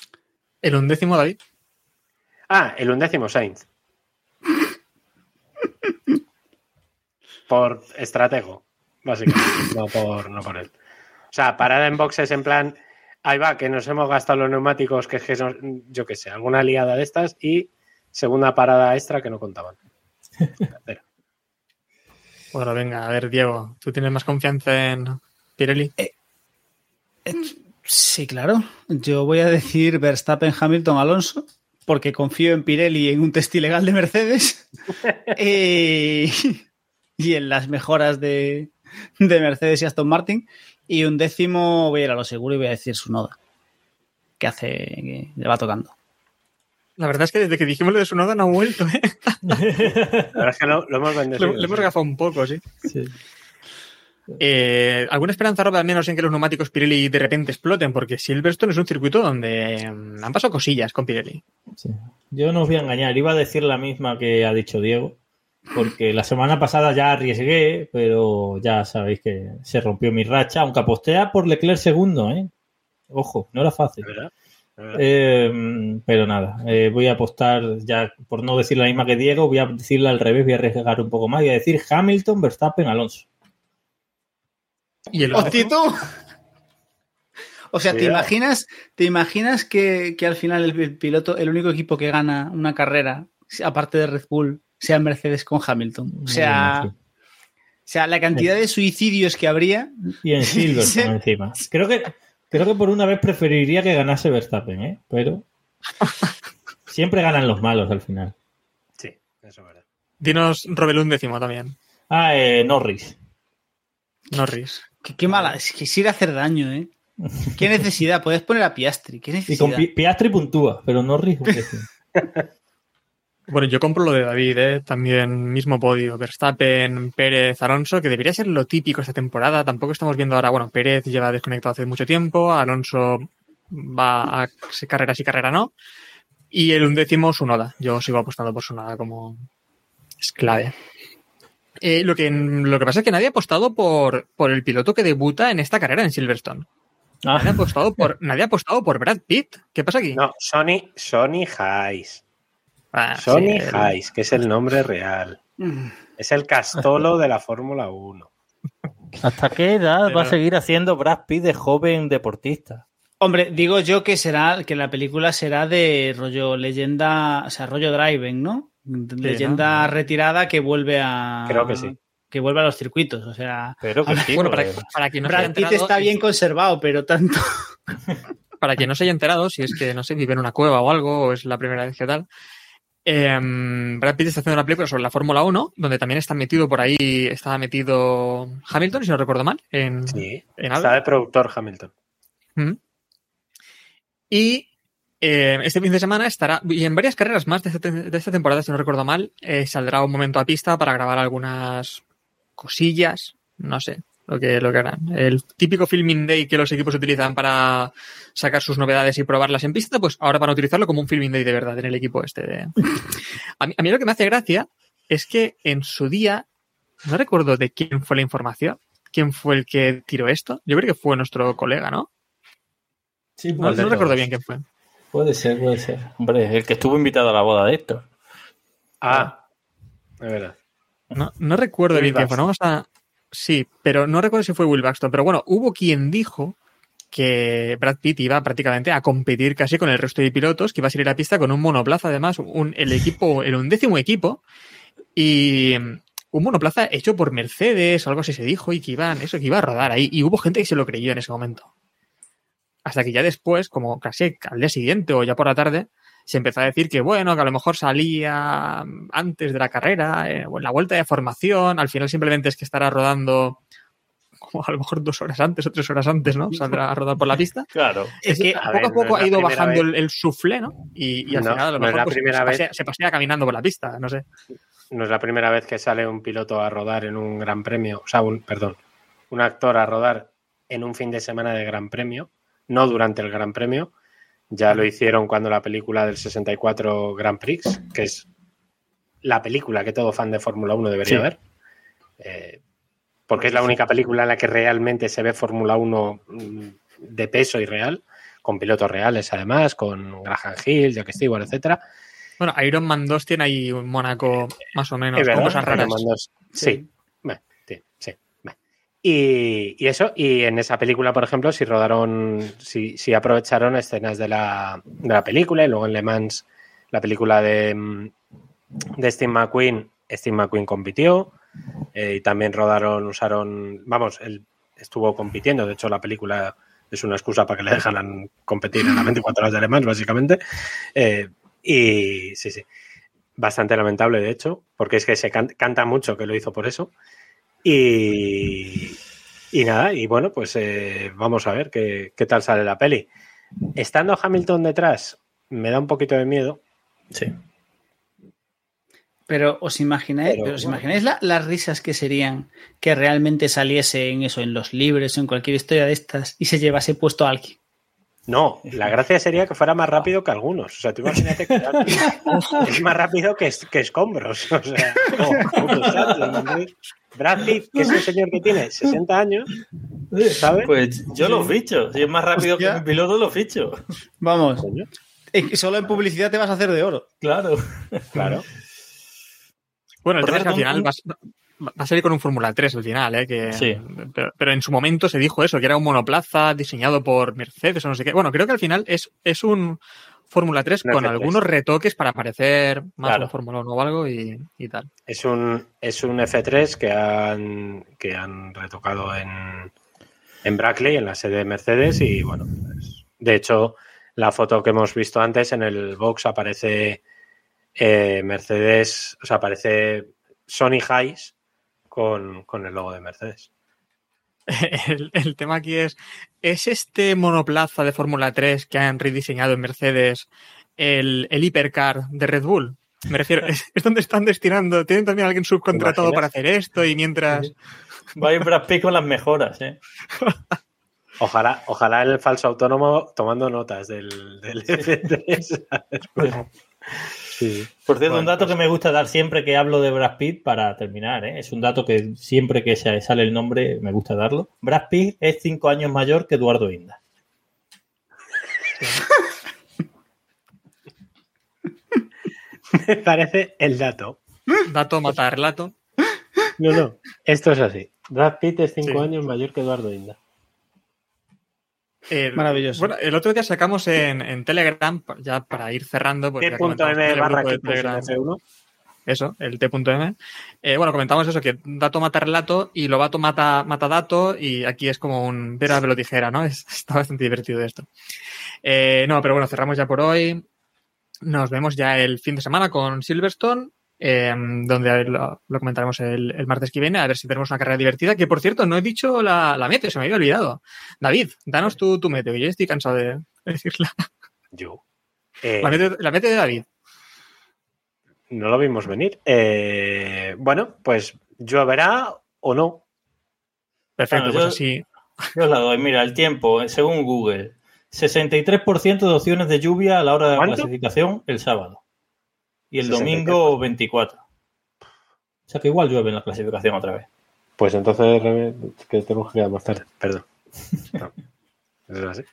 ¿El 11º, David? El 11º, Sainz. por estratego, básicamente, no por él. O sea, parada en boxes en plan, ahí va, que nos hemos gastado los neumáticos, que es que yo qué sé, alguna liada de estas, y segunda parada extra que no contaban. Bueno, venga, a ver, Diego, ¿tú tienes más confianza en Pirelli? Sí, claro. Yo voy a decir Verstappen, Hamilton, Alonso, porque confío en Pirelli en un test ilegal de Mercedes y en las mejoras de Mercedes y Aston Martin. Y un décimo voy a ir a lo seguro y voy a decir Tsunoda, que le va tocando. La verdad es que desde que dijimos lo de Tsunoda no ha vuelto, ¿eh? La verdad es que lo hemos bendecido. Le hemos gafado un poco, sí. ¿Alguna esperanza, Rob, al menos en que los neumáticos Pirelli de repente exploten? Porque Silverstone es un circuito donde han pasado cosillas con Pirelli. Sí. Yo no os voy a engañar, iba a decir la misma que ha dicho Diego, porque la semana pasada ya arriesgué, pero ya sabéis que se rompió mi racha, aunque aposté por Leclerc segundo, ¿eh? Ojo, no era fácil. ¿Verdad? Pero nada, voy a apostar ya, por no decir la misma que Diego, voy a decirla al revés, voy a arriesgar un poco más, voy a decir Hamilton, Verstappen, Alonso. ¿Y el ¡Hostito! O sea, ¿te imaginas que al final el piloto, el único equipo que gana una carrera, aparte de Red Bull, sea Mercedes con Hamilton? O sea, la cantidad de suicidios que habría. Y en Silverstone encima. Creo que por una vez preferiría que ganase Verstappen, ¿eh? Pero siempre ganan los malos al final. Sí, eso es verdad. Dinos Robel un décimo también. Norris. Qué mala, es que quisiera hacer daño, ¿eh? ¿Qué necesidad? Puedes poner a Piastri, ¿qué necesidad? Y con Piastri puntúa, pero Norris un décimo. Bueno, yo compro lo de David, ¿eh? También mismo podio. Verstappen, Pérez, Alonso, que debería ser lo típico esta temporada. Tampoco estamos viendo ahora, bueno, Pérez lleva desconectado hace mucho tiempo, Alonso va a carrera sí, carrera no. Y el undécimo, Tsunoda. Yo sigo apostando por Tsunoda como es clave. Lo que pasa es que nadie ha apostado por el piloto que debuta en esta carrera en Silverstone. Nadie ha apostado por Brad Pitt. ¿Qué pasa aquí? No, Sonny Hayes. Sonny Hayes, que es el nombre real. Es el Castolo de la Fórmula 1. ¿Hasta qué edad va a seguir haciendo Brad Pitt de joven deportista? Hombre, digo yo que la película será de rollo leyenda, o sea, rollo Driven, ¿no? Leyenda retirada que vuelve a... Creo que sí. Que vuelve a los circuitos, o sea... Pero que sí, bueno, para quien no se haya Brad Pitt enterado, está bien conservado, pero tanto... Para quien no se haya enterado, si es que, no sé, vive en una cueva o algo, o es la primera vez que tal... Brad Pitt está haciendo una película sobre la Fórmula 1, donde también está metido por ahí, estaba metido Hamilton, si no recuerdo mal. Sí, está de productor Hamilton. Y este fin de semana estará, y en varias carreras más de esta temporada, si no recuerdo mal, saldrá un momento a pista para grabar algunas cosillas, no sé, lo que harán. El típico filming day que los equipos utilizan para sacar sus novedades y probarlas en pista, pues ahora van a utilizarlo como un filming day de verdad en el equipo este. A mí lo que me hace gracia es que en su día, no recuerdo de quién fue la información, quién fue el que tiró esto. Yo creo que fue nuestro colega, ¿no? Sí, no recuerdo bien quién fue. Puede ser. Hombre, el que estuvo invitado a la boda de Héctor. De verdad. No recuerdo bien quién fue. No vamos a... Sí, pero no recuerdo si fue Will Buxton. Pero bueno, hubo quien dijo que Brad Pitt iba prácticamente a competir casi con el resto de pilotos, que iba a salir a pista con un monoplaza, además, el undécimo equipo, y un monoplaza hecho por Mercedes o algo así se dijo, y que iba a rodar ahí. Y hubo gente que se lo creyó en ese momento. Hasta que ya después, como casi al día siguiente o ya por la tarde, se empezó a decir que bueno, que a lo mejor salía antes de la carrera, o en la vuelta de formación, al final simplemente es que estará rodando como a lo mejor 2 horas antes o 3 horas antes, ¿no? Saldrá a rodar por la pista. Claro. Es que poco a poco ha ido bajando el suflé, ¿no? Y al final a lo mejor se pasea caminando por la pista, no sé. No es la primera vez que sale un piloto a rodar en un gran premio, o sea, un actor a rodar en un fin de semana de gran premio, no durante el gran premio. Ya lo hicieron cuando la película del 64 Grand Prix, que es la película que todo fan de Fórmula 1 debería ver, porque es la única película en la que realmente se ve Fórmula 1 de peso y real, con pilotos reales además, con Graham Hill, Jack Stewart, etcétera. Bueno, Iron Man 2 tiene ahí un Mónaco más o menos, con cosas raras. Sí. Bueno, Y eso, y en esa película, por ejemplo, si aprovecharon escenas de la película, y luego en Le Mans, la película de Steve McQueen compitió, y también él estuvo compitiendo, de hecho la película es una excusa para que le dejaran competir en las 24 horas de Le Mans, básicamente, y sí, bastante lamentable, de hecho, porque es que se canta mucho que lo hizo por eso. Y nada, y bueno, pues vamos a ver qué tal sale la peli. Estando Hamilton detrás, me da un poquito de miedo. Sí. Pero ¿os imagináis las risas que serían que realmente saliese en eso, en los libros, en cualquier historia de estas, y se llevase puesto a alguien? No, la gracia sería que fuera más rápido que algunos. O sea, tú imagínate que es más rápido que escombros. O sea, Brad Pitt, que es un señor que tiene 60 años, ¿sabes? Pues yo lo ficho. Si es más rápido que un piloto, lo ficho. Vamos. Solo en publicidad te vas a hacer de oro. Claro. Bueno, el tema es que al final va a salir con un Fórmula 3 al final, sí. Pero en su momento se dijo eso, que era un monoplaza diseñado por Mercedes o no sé qué. Bueno, creo que al final es un Fórmula 3 con algunos retoques para parecer más un Fórmula 1 o algo y tal. Es un F3 que han retocado en Brackley, en la sede de Mercedes, y bueno, pues, de hecho, la foto que hemos visto antes en el box aparece Mercedes, o sea, aparece Sony Hayes con el logo de Mercedes. El tema aquí es este monoplaza de Fórmula 3 que han rediseñado en Mercedes el hipercar de Red Bull. Me refiero, es donde están destinando, tienen también a alguien subcontratado para hacer esto y mientras... Va a ir Brad Pitt con las mejoras, Ojalá el falso autónomo tomando notas del F3. Sí. Por cierto, un dato que me gusta dar siempre que hablo de Brad Pitt para terminar, es un dato que siempre que sale el nombre me gusta darlo. Brad Pitt es 5 años mayor que Eduardo Inda. Me parece el dato. Dato mata relato. No, esto es así. Brad Pitt es 5 años mayor que Eduardo Inda. Maravilloso. Bueno, el otro día sacamos en Telegram, ya para ir cerrando. Pues T.m/F1. Eso, el T.m. Bueno, comentamos eso, que dato mata relato y Lobato mata dato, y aquí es como un vera velo tijera, ¿no? Está bastante divertido esto. No, pero bueno, cerramos ya por hoy. Nos vemos ya el fin de semana con Silverstone, donde lo comentaremos el martes que viene, a ver si tenemos una carrera divertida, que por cierto no he dicho la meta, se me había olvidado. David, danos tu meta, que yo estoy cansado de decirla. Yo. La meta de David. No lo vimos venir. Bueno, pues lloverá o no. Perfecto, pues así. Yo os la doy. Mira, el tiempo, según Google, 63% de opciones de lluvia a la hora de la clasificación el sábado. Y el 63. Domingo 24. O sea que igual llueve en la clasificación otra vez. Pues entonces que tenemos que quedar más tarde. Perdón. No. Eso es así.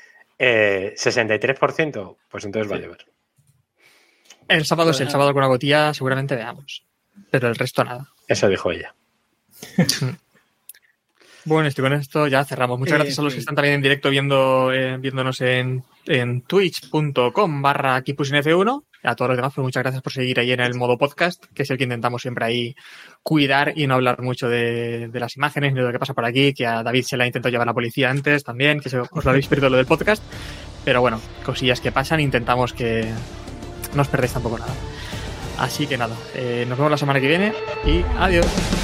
63%, pues entonces va a llover. El sábado el sábado con una gotilla seguramente veamos. Pero el resto nada. Eso dijo ella. Bueno, con esto ya cerramos. Muchas gracias a los que están también en directo viéndonos en twitch.com/KeepPushingF1. A todos los demás, pues muchas gracias por seguir ahí en el modo podcast, que es el que intentamos siempre ahí cuidar y no hablar mucho de las imágenes ni de lo que pasa por aquí, que a David se le ha intentado llevar la policía antes también, que os lo habéis perdido lo del podcast. Pero bueno, cosillas que pasan, intentamos que no os perdáis tampoco nada. Así que nada, nos vemos la semana que viene y adiós.